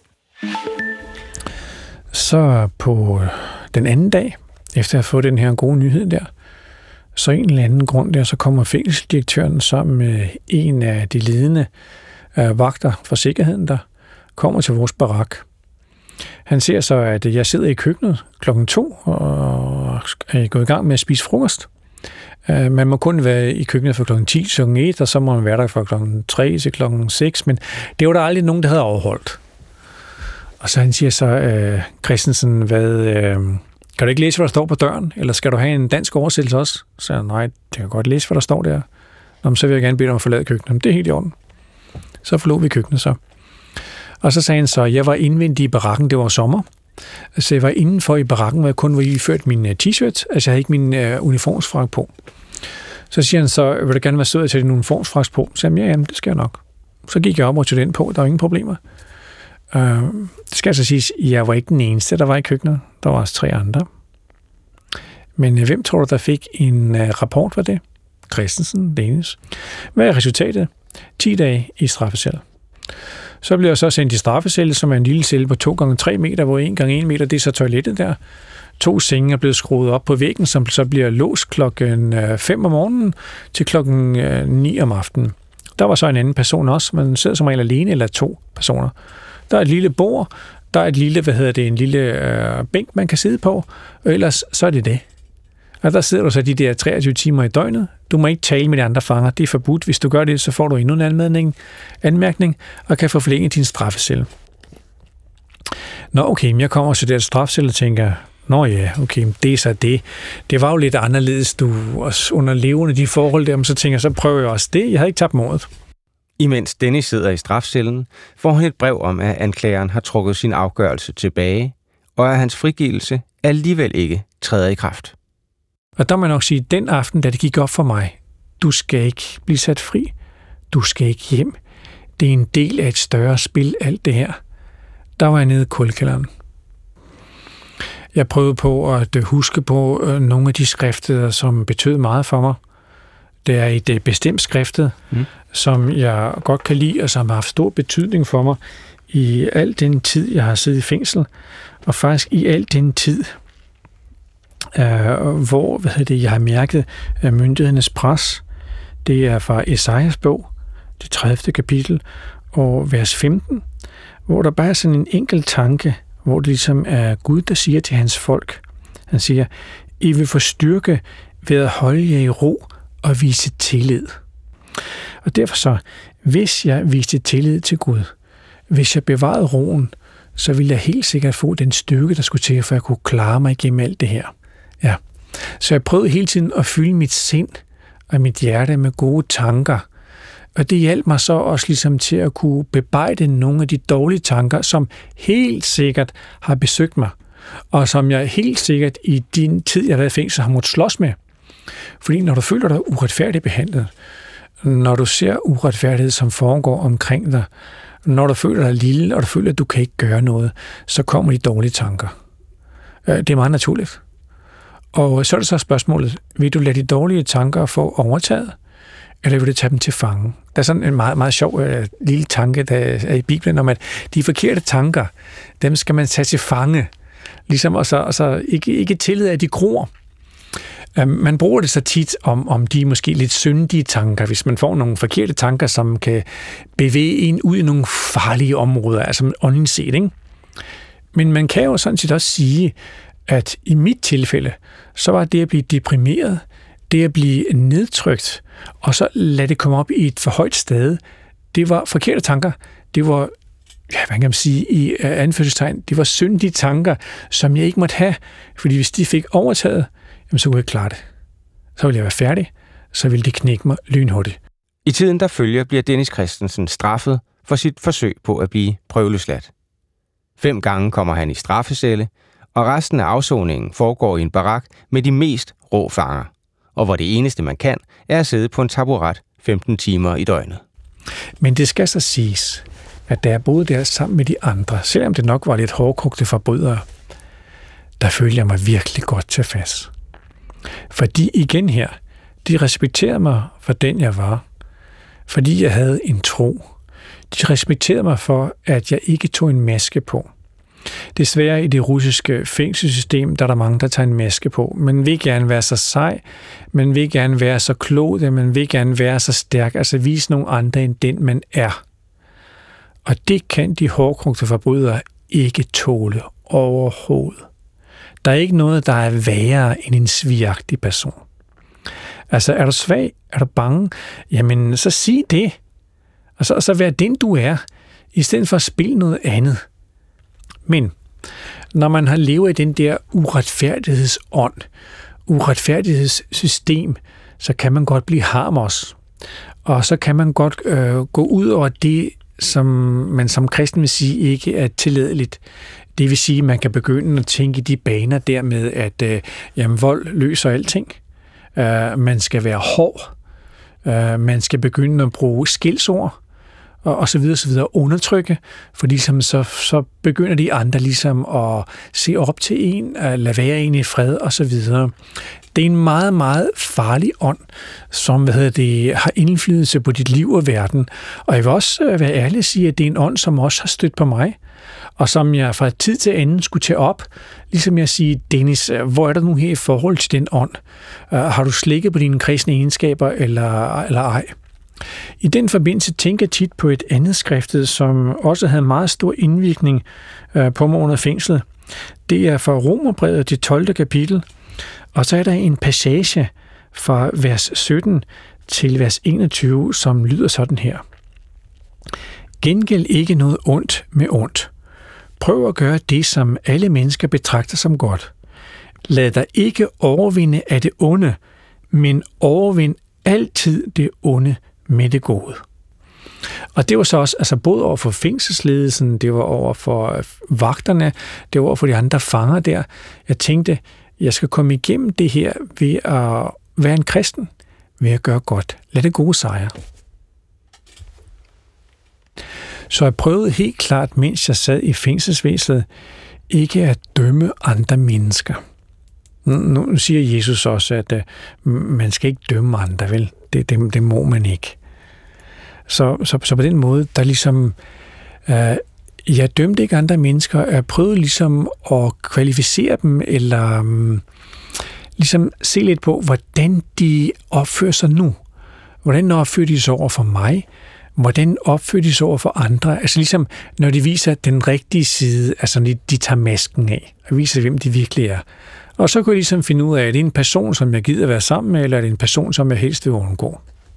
Så på den anden dag, efter at have fået den her gode nyhed der, så en eller anden grund der, så kommer fængselsdirektøren sammen med en af de ledende øh, vagter for sikkerheden, der kommer til vores barak. Han ser så, at jeg sidder i køkkenet klokken to og er gået i gang med at spise frokost. Uh, man må kun være i køkkenet fra klokken ti til klokken et, og så må man være der fra klokken tre til klokken seks, men det var der aldrig nogen, der havde overholdt. Og så han siger så, uh, Christensen, hvad, uh, kan du ikke læse, hvad der står på døren, eller skal du have en dansk oversættelse også? Så jeg, nej, det kan godt læse, hvad der står der. Nå, så vil jeg gerne bede dig om at forlade køkkenet. Det er helt i orden. Så forlod vi køkkenet så. Og så sagde han så, at jeg var indvendig i barakken, det var sommer. Så jeg var indenfor i barakken, hvor jeg kun var iført min t-shirt, altså jeg havde ikke min uh, uniformsfrak på. Så siger han så, vil du gerne være sød til din uniformsfrak på? Så siger jeg, ja, jamen, det skal jeg nok. Så gik jeg op og tog den på, der var ingen problemer. Uh, det skal altså siges, jeg var ikke den eneste, der var i køkkenet. Der var også tre andre. Men uh, hvem tror du, der fik en uh, rapport for det? Christensen, Dennis. Hvad er resultatet? ti dage i straffecelle. Så bliver jeg så sendt i straffecelle, som er en lille celle på to gange tre meter, hvor en gange en meter, det er så toilettet der. To senge er blevet skruet op på væggen, som så bliver låst klokken fem om morgenen til klokken ni om aftenen. Der var så en anden person også, man sidder som regel alene eller to personer. Der er et lille bord, der er et lille, hvad hedder det, en lille øh, bænk, man kan sidde på, og ellers så er det det. Og der sidder du så de der treogtyve timer i døgnet. Du må ikke tale med de andre fanger. Det er forbudt. Hvis du gør det, så får du endnu en anmærkning, anmærkning og kan få forlænget din straffecelle. Nå okay, men jeg kommer til det straffecelle og tænker, nå ja, okay, det er så det. Det var jo lidt anderledes, du også under levende de forhold der, men så tænker jeg, så prøver jeg også det. Jeg havde ikke tabt modet. Imens Dennis sidder i strafcellen, får han et brev om, at anklageren har trukket sin afgørelse tilbage, og at hans frigivelse alligevel ikke træder i kraft. Og der må jeg nok sige, den aften, da det gik op for mig, du skal ikke blive sat fri. Du skal ikke hjem. Det er en del af et større spil, alt det her. Der var jeg nede i kuldekælderen. Jeg prøvede på at huske på nogle af de skrifter, som betød meget for mig. Det er et bestemt skriftet, mm. som jeg godt kan lide, og som har haft stor betydning for mig i al den tid, jeg har siddet i fængsel, og faktisk i al den tid, Uh, hvor hvad hedder det, jeg har mærket uh, myndighedernes pres. Det er fra Esajas bog, det tredivte kapitel, og vers femten, hvor der bare er sådan en enkelt tanke, hvor det ligesom er Gud, der siger til hans folk. Han siger, I vil få styrke ved at holde jer i ro og vise tillid. Og derfor så, hvis jeg viste tillid til Gud, hvis jeg bevarede roen, så ville jeg helt sikkert få den styrke, der skulle til, for at jeg kunne klare mig igennem alt det her. Ja, så jeg prøvede hele tiden at fylde mit sind og mit hjerte med gode tanker. Og det hjalp mig så også ligesom til at kunne bebrejde nogle af de dårlige tanker, som helt sikkert har besøgt mig, og som jeg helt sikkert i din tid, jeg har været i fængsel, har måttet slås med. Fordi når du føler dig uretfærdigt behandlet, når du ser uretfærdighed, som foregår omkring dig, når du føler dig lille, og du føler, at du kan ikke gøre noget, så kommer de dårlige tanker. Det er meget naturligt. Og så er det så spørgsmålet, vil du lade de dårlige tanker få overtaget, eller vil du tage dem til fange? Der er sådan en meget, meget sjov uh, lille tanke, der er i Bibelen, om at de forkerte tanker, dem skal man tage til fange. Ligesom, og så, og så ikke, ikke tillade, at de gror. Uh, man bruger det så tit om, om de måske lidt syndige tanker, hvis man får nogle forkerte tanker, som kan bevæge en ud i nogle farlige områder, altså ånden set, ikke? Men man kan jo sådan set også sige, at i mit tilfælde, så var det at blive deprimeret, det at blive nedtrykt, og så lade det komme op i et for højt sted, det var forkerte tanker. Det var, ja, hvad kan man sige, i anførselstegn, det var syndige tanker, som jeg ikke måtte have, fordi hvis de fik overtaget, jamen, så kunne jeg ikke klare det. Så ville jeg være færdig, så ville det knække mig lynhurtigt. I tiden, der følger, bliver Dennis Christensen straffet for sit forsøg på at blive prøveløsladt. Fem gange kommer han i straffecelle, og resten af afsoningen foregår i en barak med de mest rå fanger, og hvor det eneste, man kan, er at sidde på en taburet femten timer i døgnet. Men det skal så siges, at da jeg boede der sammen med de andre, selvom det nok var lidt hårdkogte forbrydere, der følte jeg mig virkelig godt tilfreds. Fordi igen her, De respekterede mig for den, jeg var, fordi jeg havde en tro. De respekterede mig for, at jeg ikke tog en maske på. Desværre i det russiske fængselssystem, der er der mange, der tager en maske på. Man vil gerne være så sej, man vil gerne være så klog, man vil gerne være så stærk, altså vise nogle andre end den, man er. Og det kan de hårdkogte forbrydere ikke tåle overhovedet. Der er ikke noget, der er værre end en svigagtig person. Altså, er du svag? Er du bange? Jamen, så sig det. Og så, og så vær den, du er, i stedet for at spille noget andet. Men når man har levet i den der uretfærdighedsånd, uretfærdighedssystem, så kan man godt blive harm også. Og så kan man godt øh, gå ud over det, som man som kristen vil sige ikke er tilladeligt. Det vil sige, at man kan begynde at tænke i de baner dermed, at øh, jamen, vold løser alting. Uh, man skal være hård. Uh, man skal begynde at bruge skældsord og, og så videre, så videre, undertrykke, for ligesom så, så begynder de andre ligesom at se op til en, at lade være en i fred og så videre. Det er en meget, meget farlig ånd, som hvad hedder det, har indflydelse på dit liv og verden. Og jeg vil også være ærlig at sige, at det er en ånd, som også har stødt på mig, og som jeg fra tid til anden skulle tage op, ligesom jeg siger, Dennis, hvor er der nu her i forhold til den ånd? Uh, har du slikket på dine kristne egenskaber, eller, eller ej? I den forbindelse tænker jeg tit på et andet skriftet, som også havde meget stor indvirkning uh, på mig under fængslet. Det er fra Romerbrevet, det tolvte kapitel, og så er der en passage fra vers sytten til vers enogtyve, som lyder sådan her. Gengæld ikke noget ondt med ondt. Prøv at gøre det, som alle mennesker betragter som godt. Lad dig ikke overvinde af det onde, men overvind altid det onde med det gode. Og det var så også altså både over for fængselsledelsen, det var over for vagterne, det var over for de andre fanger der. Jeg tænkte, jeg skal komme igennem det her ved at være en kristen, ved at gøre godt. Lad det gode sejre. Så jeg prøvede helt klart, mens jeg sad i fængselsvæsenet, ikke at dømme andre mennesker. Nu siger Jesus også, at uh, man skal ikke dømme andre, vel? Det, det, det må man ikke. Så, så, så på den måde, der ligesom, uh, jeg dømte ikke andre mennesker, jeg prøvede ligesom at kvalificere dem, eller um, ligesom se lidt på, hvordan de opfører sig nu. Hvordan opfører de sig over for mig? Hvordan opfører de sig over for andre? Altså ligesom, når de viser den rigtige side, altså de, de tager masken af, og viser, hvem de virkelig er. Og så kan jeg ligesom finde ud af, er det en person, som jeg gider være sammen med, eller er det en person, som jeg helst vil undgå?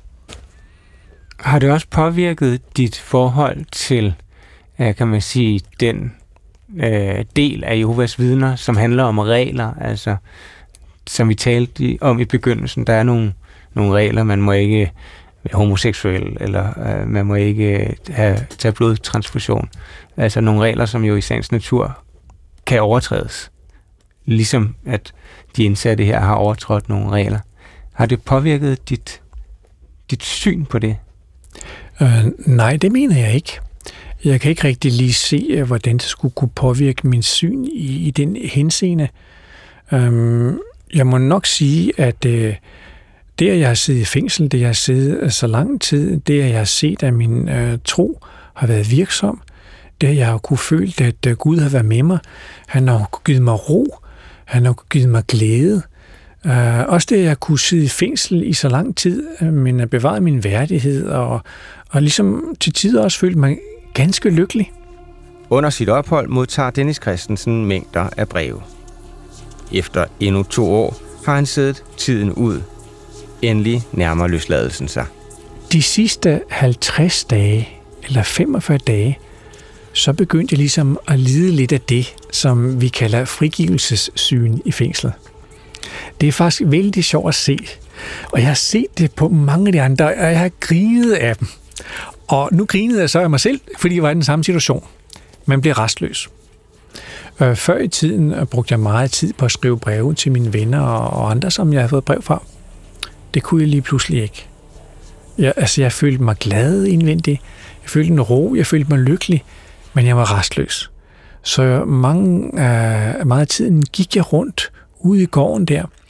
Har det også påvirket dit forhold til, kan man sige, den øh, del af Jehovas vidner, som handler om regler, altså som vi talte om i begyndelsen, der er nogle, nogle regler, man må ikke være homoseksuel, eller øh, man må ikke have, tage blodtransfusion. Altså nogle regler, som jo i sagens natur kan overtrædes. Ligesom at de indsatte her har overtrådt nogle regler. Har det påvirket dit, dit syn på det? Øh, nej, det mener jeg ikke. Jeg kan ikke rigtig lige se, hvordan det skulle kunne påvirke min syn i, i den henseende. Øh, jeg må nok sige, at øh, det, at jeg har siddet i fængsel, det, jeg har siddet så lang tid, det, at jeg har set, at min øh, tro har været virksom, det, at jeg har kunne føle, at øh, Gud har været med mig. Han har givet mig ro. Han har givet mig glæde. Øh, også det, at jeg kunne sidde i fængsel i så lang tid, øh, men at bevare min værdighed, og, og ligesom til tider også følte mig ganske lykkelig. Under sit ophold modtager Dennis Christensen mængder af breve. Efter endnu to år har han siddet tiden ud. Endelig nærmer løsladelsen sig. De sidste halvtreds dage, eller femogfyrre dage, så begyndte jeg ligesom at lide lidt af det, som vi kalder frigivelsessyn i fængslet. Det er faktisk vældig sjovt at se, og jeg har set det på mange af de andre, og jeg har grinet af dem. Og nu grinede jeg så af mig selv, fordi jeg var i den samme situation. Man bliver rastløs. Før i tiden brugte jeg meget tid på at skrive breve til mine venner og andre, som jeg havde fået brev fra. Det kunne jeg lige pludselig ikke. Jeg, altså, jeg følte mig glad indvendigt. Jeg følte en ro. Jeg følte mig lykkelig. Men jeg var rastløs. Så mange, øh, meget af tiden gik jeg rundt ude i gården der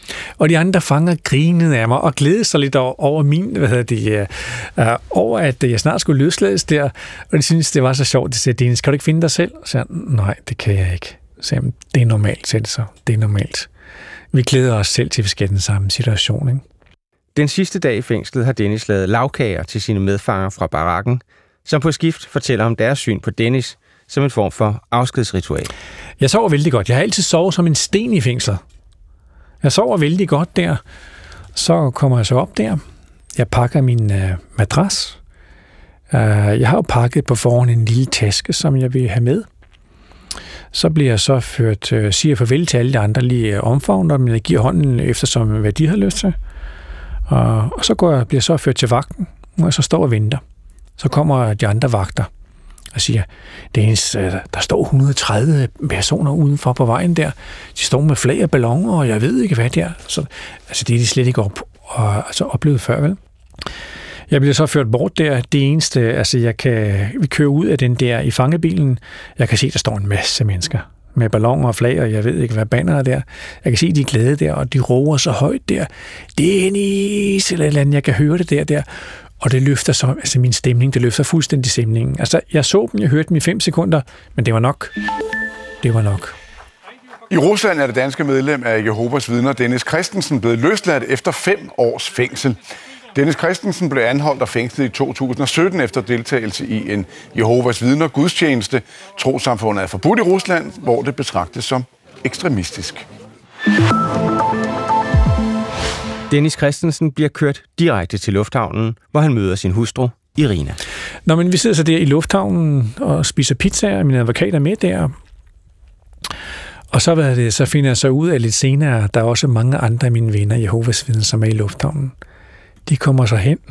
Og de andre fanger grinede af mig og glædede sig lidt over, over min, hvad hedder det, uh, over at jeg snart skulle løslades der. Og de syntes, det var så sjovt. De sagde, Dennis, kan du ikke finde dig selv? Så jeg, nej, det kan jeg ikke. Så jeg, det er normalt, sagde det så. Det er normalt. Vi glæder os selv til, at vi skal den samme situation, ikke? Den sidste dag i fængslet har Dennis lavet lagkager til sine medfanger fra barakken, som på skift fortæller om deres syn på Dennis som en form for afskedsritual. Jeg sover vældig godt. Jeg har altid sovet som en sten i fængslet. Jeg sover vældig godt der. Så kommer jeg så op der. Jeg pakker min uh, madras. Uh, jeg har jo pakket på forhånd en lille taske, som jeg vil have med. Så bliver jeg så ført, uh, siger farvel til alle de andre, lige uh, omfavner dem, jeg giver hånden eftersom, hvad de har lyst til. Uh, og så går jeg, bliver jeg så ført til vagten, og jeg så står og venter. Så kommer de andre vagter og siger, Dennis, der står et hundrede og tredive personer udenfor på vejen der. De står med flag og balloner, og jeg ved ikke, hvad det er. Så, altså, det er de slet ikke op, og, altså, oplevet før, vel? Jeg bliver så ført bort der. Det eneste, altså, jeg kan, vi kører ud af den der i fangebilen. Jeg kan se, der står en masse mennesker med balloner og flag, og jeg ved ikke, hvad banner er der. Jeg kan se, de er glade der, og de råber så højt der. Dennis, eller et eller andet, jeg kan høre det der der. Og det løfter så, altså min stemning, det løfter fuldstændig stemningen. Altså, jeg så dem, jeg hørte dem i fem sekunder, men det var nok. Det var nok. I Rusland er det danske medlem af Jehovas vidner, Dennis Christensen, blevet løsladt efter fem års fængsel. Dennis Christensen blev anholdt og fængslet i to tusind og sytten efter deltagelse i en Jehovas vidner gudstjeneste. Trossamfundet er forbudt i Rusland, hvor det betragtes som ekstremistisk. Dennis Christensen bliver kørt direkte til lufthavnen, hvor han møder sin hustru, Irina. Nå, men vi sidder så der i lufthavnen og spiser pizza, og min advokat er med der. Og så, hvad det, så finder jeg så ud af lidt senere, der er også mange andre af mine venner, Jehovas vidner, som er i lufthavnen. De kommer så hen.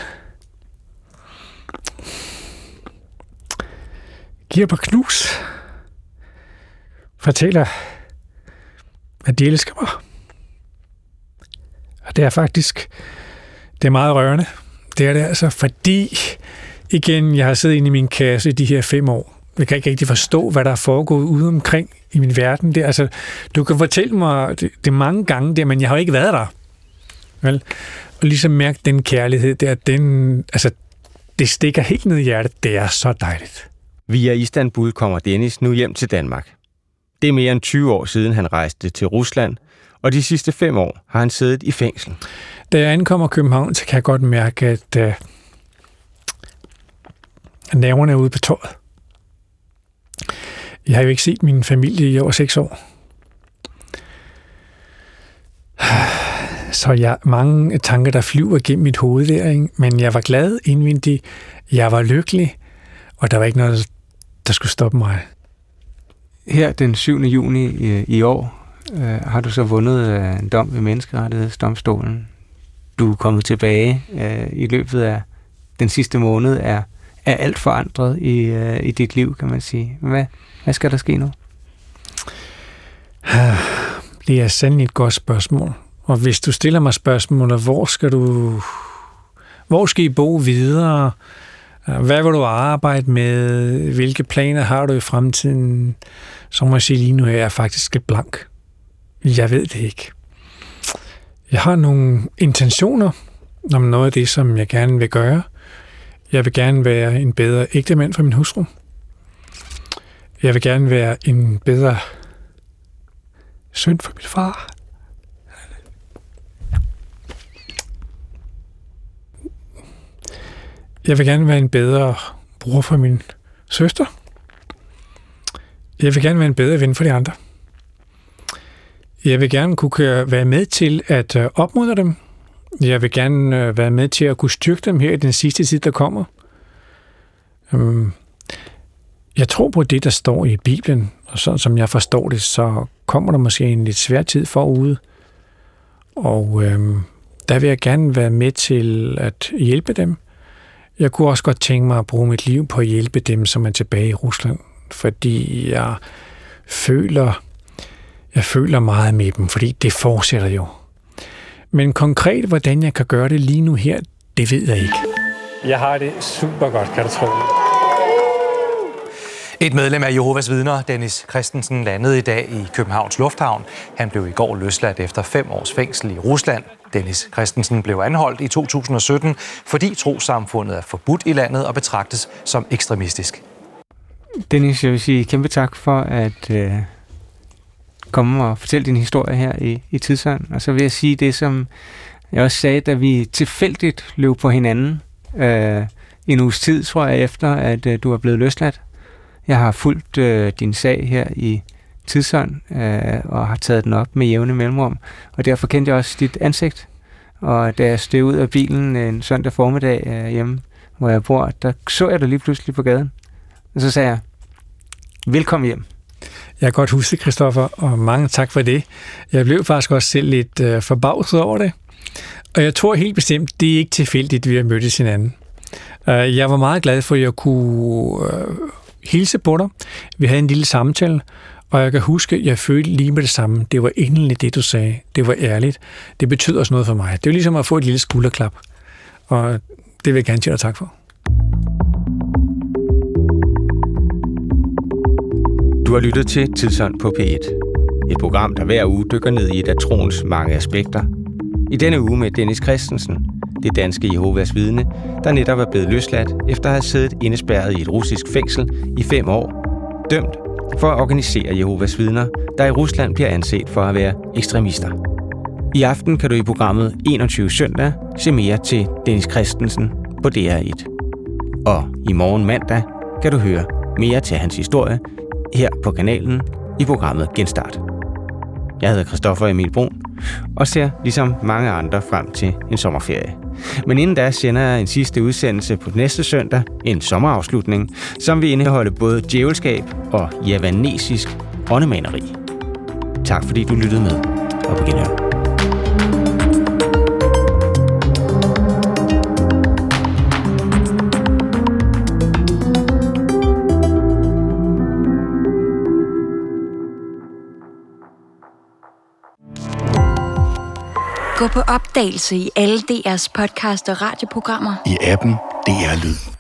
Giver på knus. Fortæller, at de elsker mig. Og det er faktisk, det er meget rørende. Det er det altså, fordi, igen, jeg har siddet inde i min kasse i de her fem år. Jeg kan ikke rigtig forstå, hvad der er foregået ude omkring i min verden. Det, altså, du kan fortælle mig det, det mange gange der, men jeg har jo ikke været der. Vel? Og ligesom mærke den kærlighed der, den, altså, det stikker helt ned i hjertet. Det er så dejligt. Via Istanbul kommer Dennis nu hjem til Danmark. Det er mere end tyve år siden, han rejste til Rusland, og de sidste fem år har han siddet i fængsel. Da jeg ankommer København, så kan jeg godt mærke, at uh, nerverne er ude på tøjet. Jeg har jo ikke set min familie i over seks år. Så jeg mange tanker, der flyver gennem mit hoved der, ikke? Men jeg var glad indvendigt. Jeg var lykkelig, og der var ikke noget, der skulle stoppe mig. Her den syvende juni i, i år øh, har du så vundet øh, en dom ved Menneskerettighedsdomstolen. Du er kommet tilbage øh, i løbet af den sidste måned. Er, er alt forandret i, øh, i dit liv, kan man sige. Hvad, hvad skal der ske nu? Det er sandelig et godt spørgsmål. Og hvis du stiller mig spørgsmålet, hvor skal du, hvor skal I bo videre? Hvad vil du arbejde med? Hvilke planer har du i fremtiden? Så må jeg sige, lige nu er jeg faktisk lidt blank. Jeg ved det ikke. Jeg har nogle intentioner om noget af det, som jeg gerne vil gøre. Jeg vil gerne være en bedre ægtemand for min hustru. Jeg vil gerne være en bedre søn for min far. Jeg vil gerne være en bedre bror for min søster. Jeg vil gerne være en bedre ven for de andre. Jeg vil gerne kunne være med til at opmuntre dem. Jeg vil gerne være med til at kunne styrke dem her i den sidste tid, der kommer. Jeg tror på det, der står i Bibelen, og sådan som jeg forstår det, så kommer der måske en lidt svær tid forude. Og øhm, der vil jeg gerne være med til at hjælpe dem. Jeg kunne også godt tænke mig at bruge mit liv på at hjælpe dem, som er tilbage i Rusland, fordi jeg føler, jeg føler meget med dem, fordi det fortsætter jo. Men konkret, hvordan jeg kan gøre det lige nu her, det ved jeg ikke. Jeg har det super godt, kan du tro. Et medlem af Jehovas Vidner, Dennis Christensen, landede i dag i Københavns Lufthavn. Han blev i går løsladt efter fem års fængsel i Rusland. Dennis Christensen blev anholdt i to tusind og sytten, fordi trossamfundet er forbudt i landet og betragtes som ekstremistisk. Dennis, jeg vil sige kæmpe tak for at øh, komme og fortælle din historie her i, i Tidsånd. Og så vil jeg sige det, som jeg også sagde, da vi tilfældigt løb på hinanden øh, en uges tid, tror jeg, efter at øh, du er blevet løsladt. Jeg har fulgt øh, din sag her i Tidsånd øh, og har taget den op med jævne mellemrum, og derfor kendte jeg også dit ansigt. Og da jeg steg ud af bilen en søndag formiddag øh, hjemme, hvor jeg bor, der så jeg dig lige pludselig på gaden. Og så sagde jeg, velkommen hjem. Jeg kan godt huske det, Christoffer, og mange tak for det. Jeg blev faktisk også selv lidt øh, forbavset over det. Og jeg tror helt bestemt, det er ikke tilfældigt, at vi har mødtes hinanden. Uh, jeg var meget glad for, at jeg kunne uh, hilse på dig. Vi havde en lille samtale, og jeg kan huske, at jeg følte lige med det samme. Det var endelig det, du sagde. Det var ærligt. Det betød også noget for mig. Det var ligesom at få et lille skulderklap. Og det vil jeg gerne sige dig tak for. Du har lyttet til Tidsånd på P et. Et program, der hver uge dykker ned i et af troens mange aspekter. I denne uge med Dennis Christensen, det danske Jehovas vidne, der netop er blevet løsladt efter at have siddet indespærret i et russisk fængsel i fem år, dømt for at organisere Jehovas vidner, der i Rusland bliver anset for at være ekstremister. I aften kan du i programmet enogtyve søndag se mere til Dennis Christensen på D R et. Og i morgen mandag kan du høre mere til hans historie her på kanalen i programmet Genstart. Jeg hedder Christoffer Emil Brun og ser ligesom mange andre frem til en sommerferie. Men inden da sender jeg en sidste udsendelse på næste søndag, en sommerafslutning, som vil indeholde både djævelskab og javanesisk åndemaneri. Tak fordi du lyttede med, og på genhør. Gå på opdagelse i alle D R's podcast og radioprogrammer. I appen D R Lyd.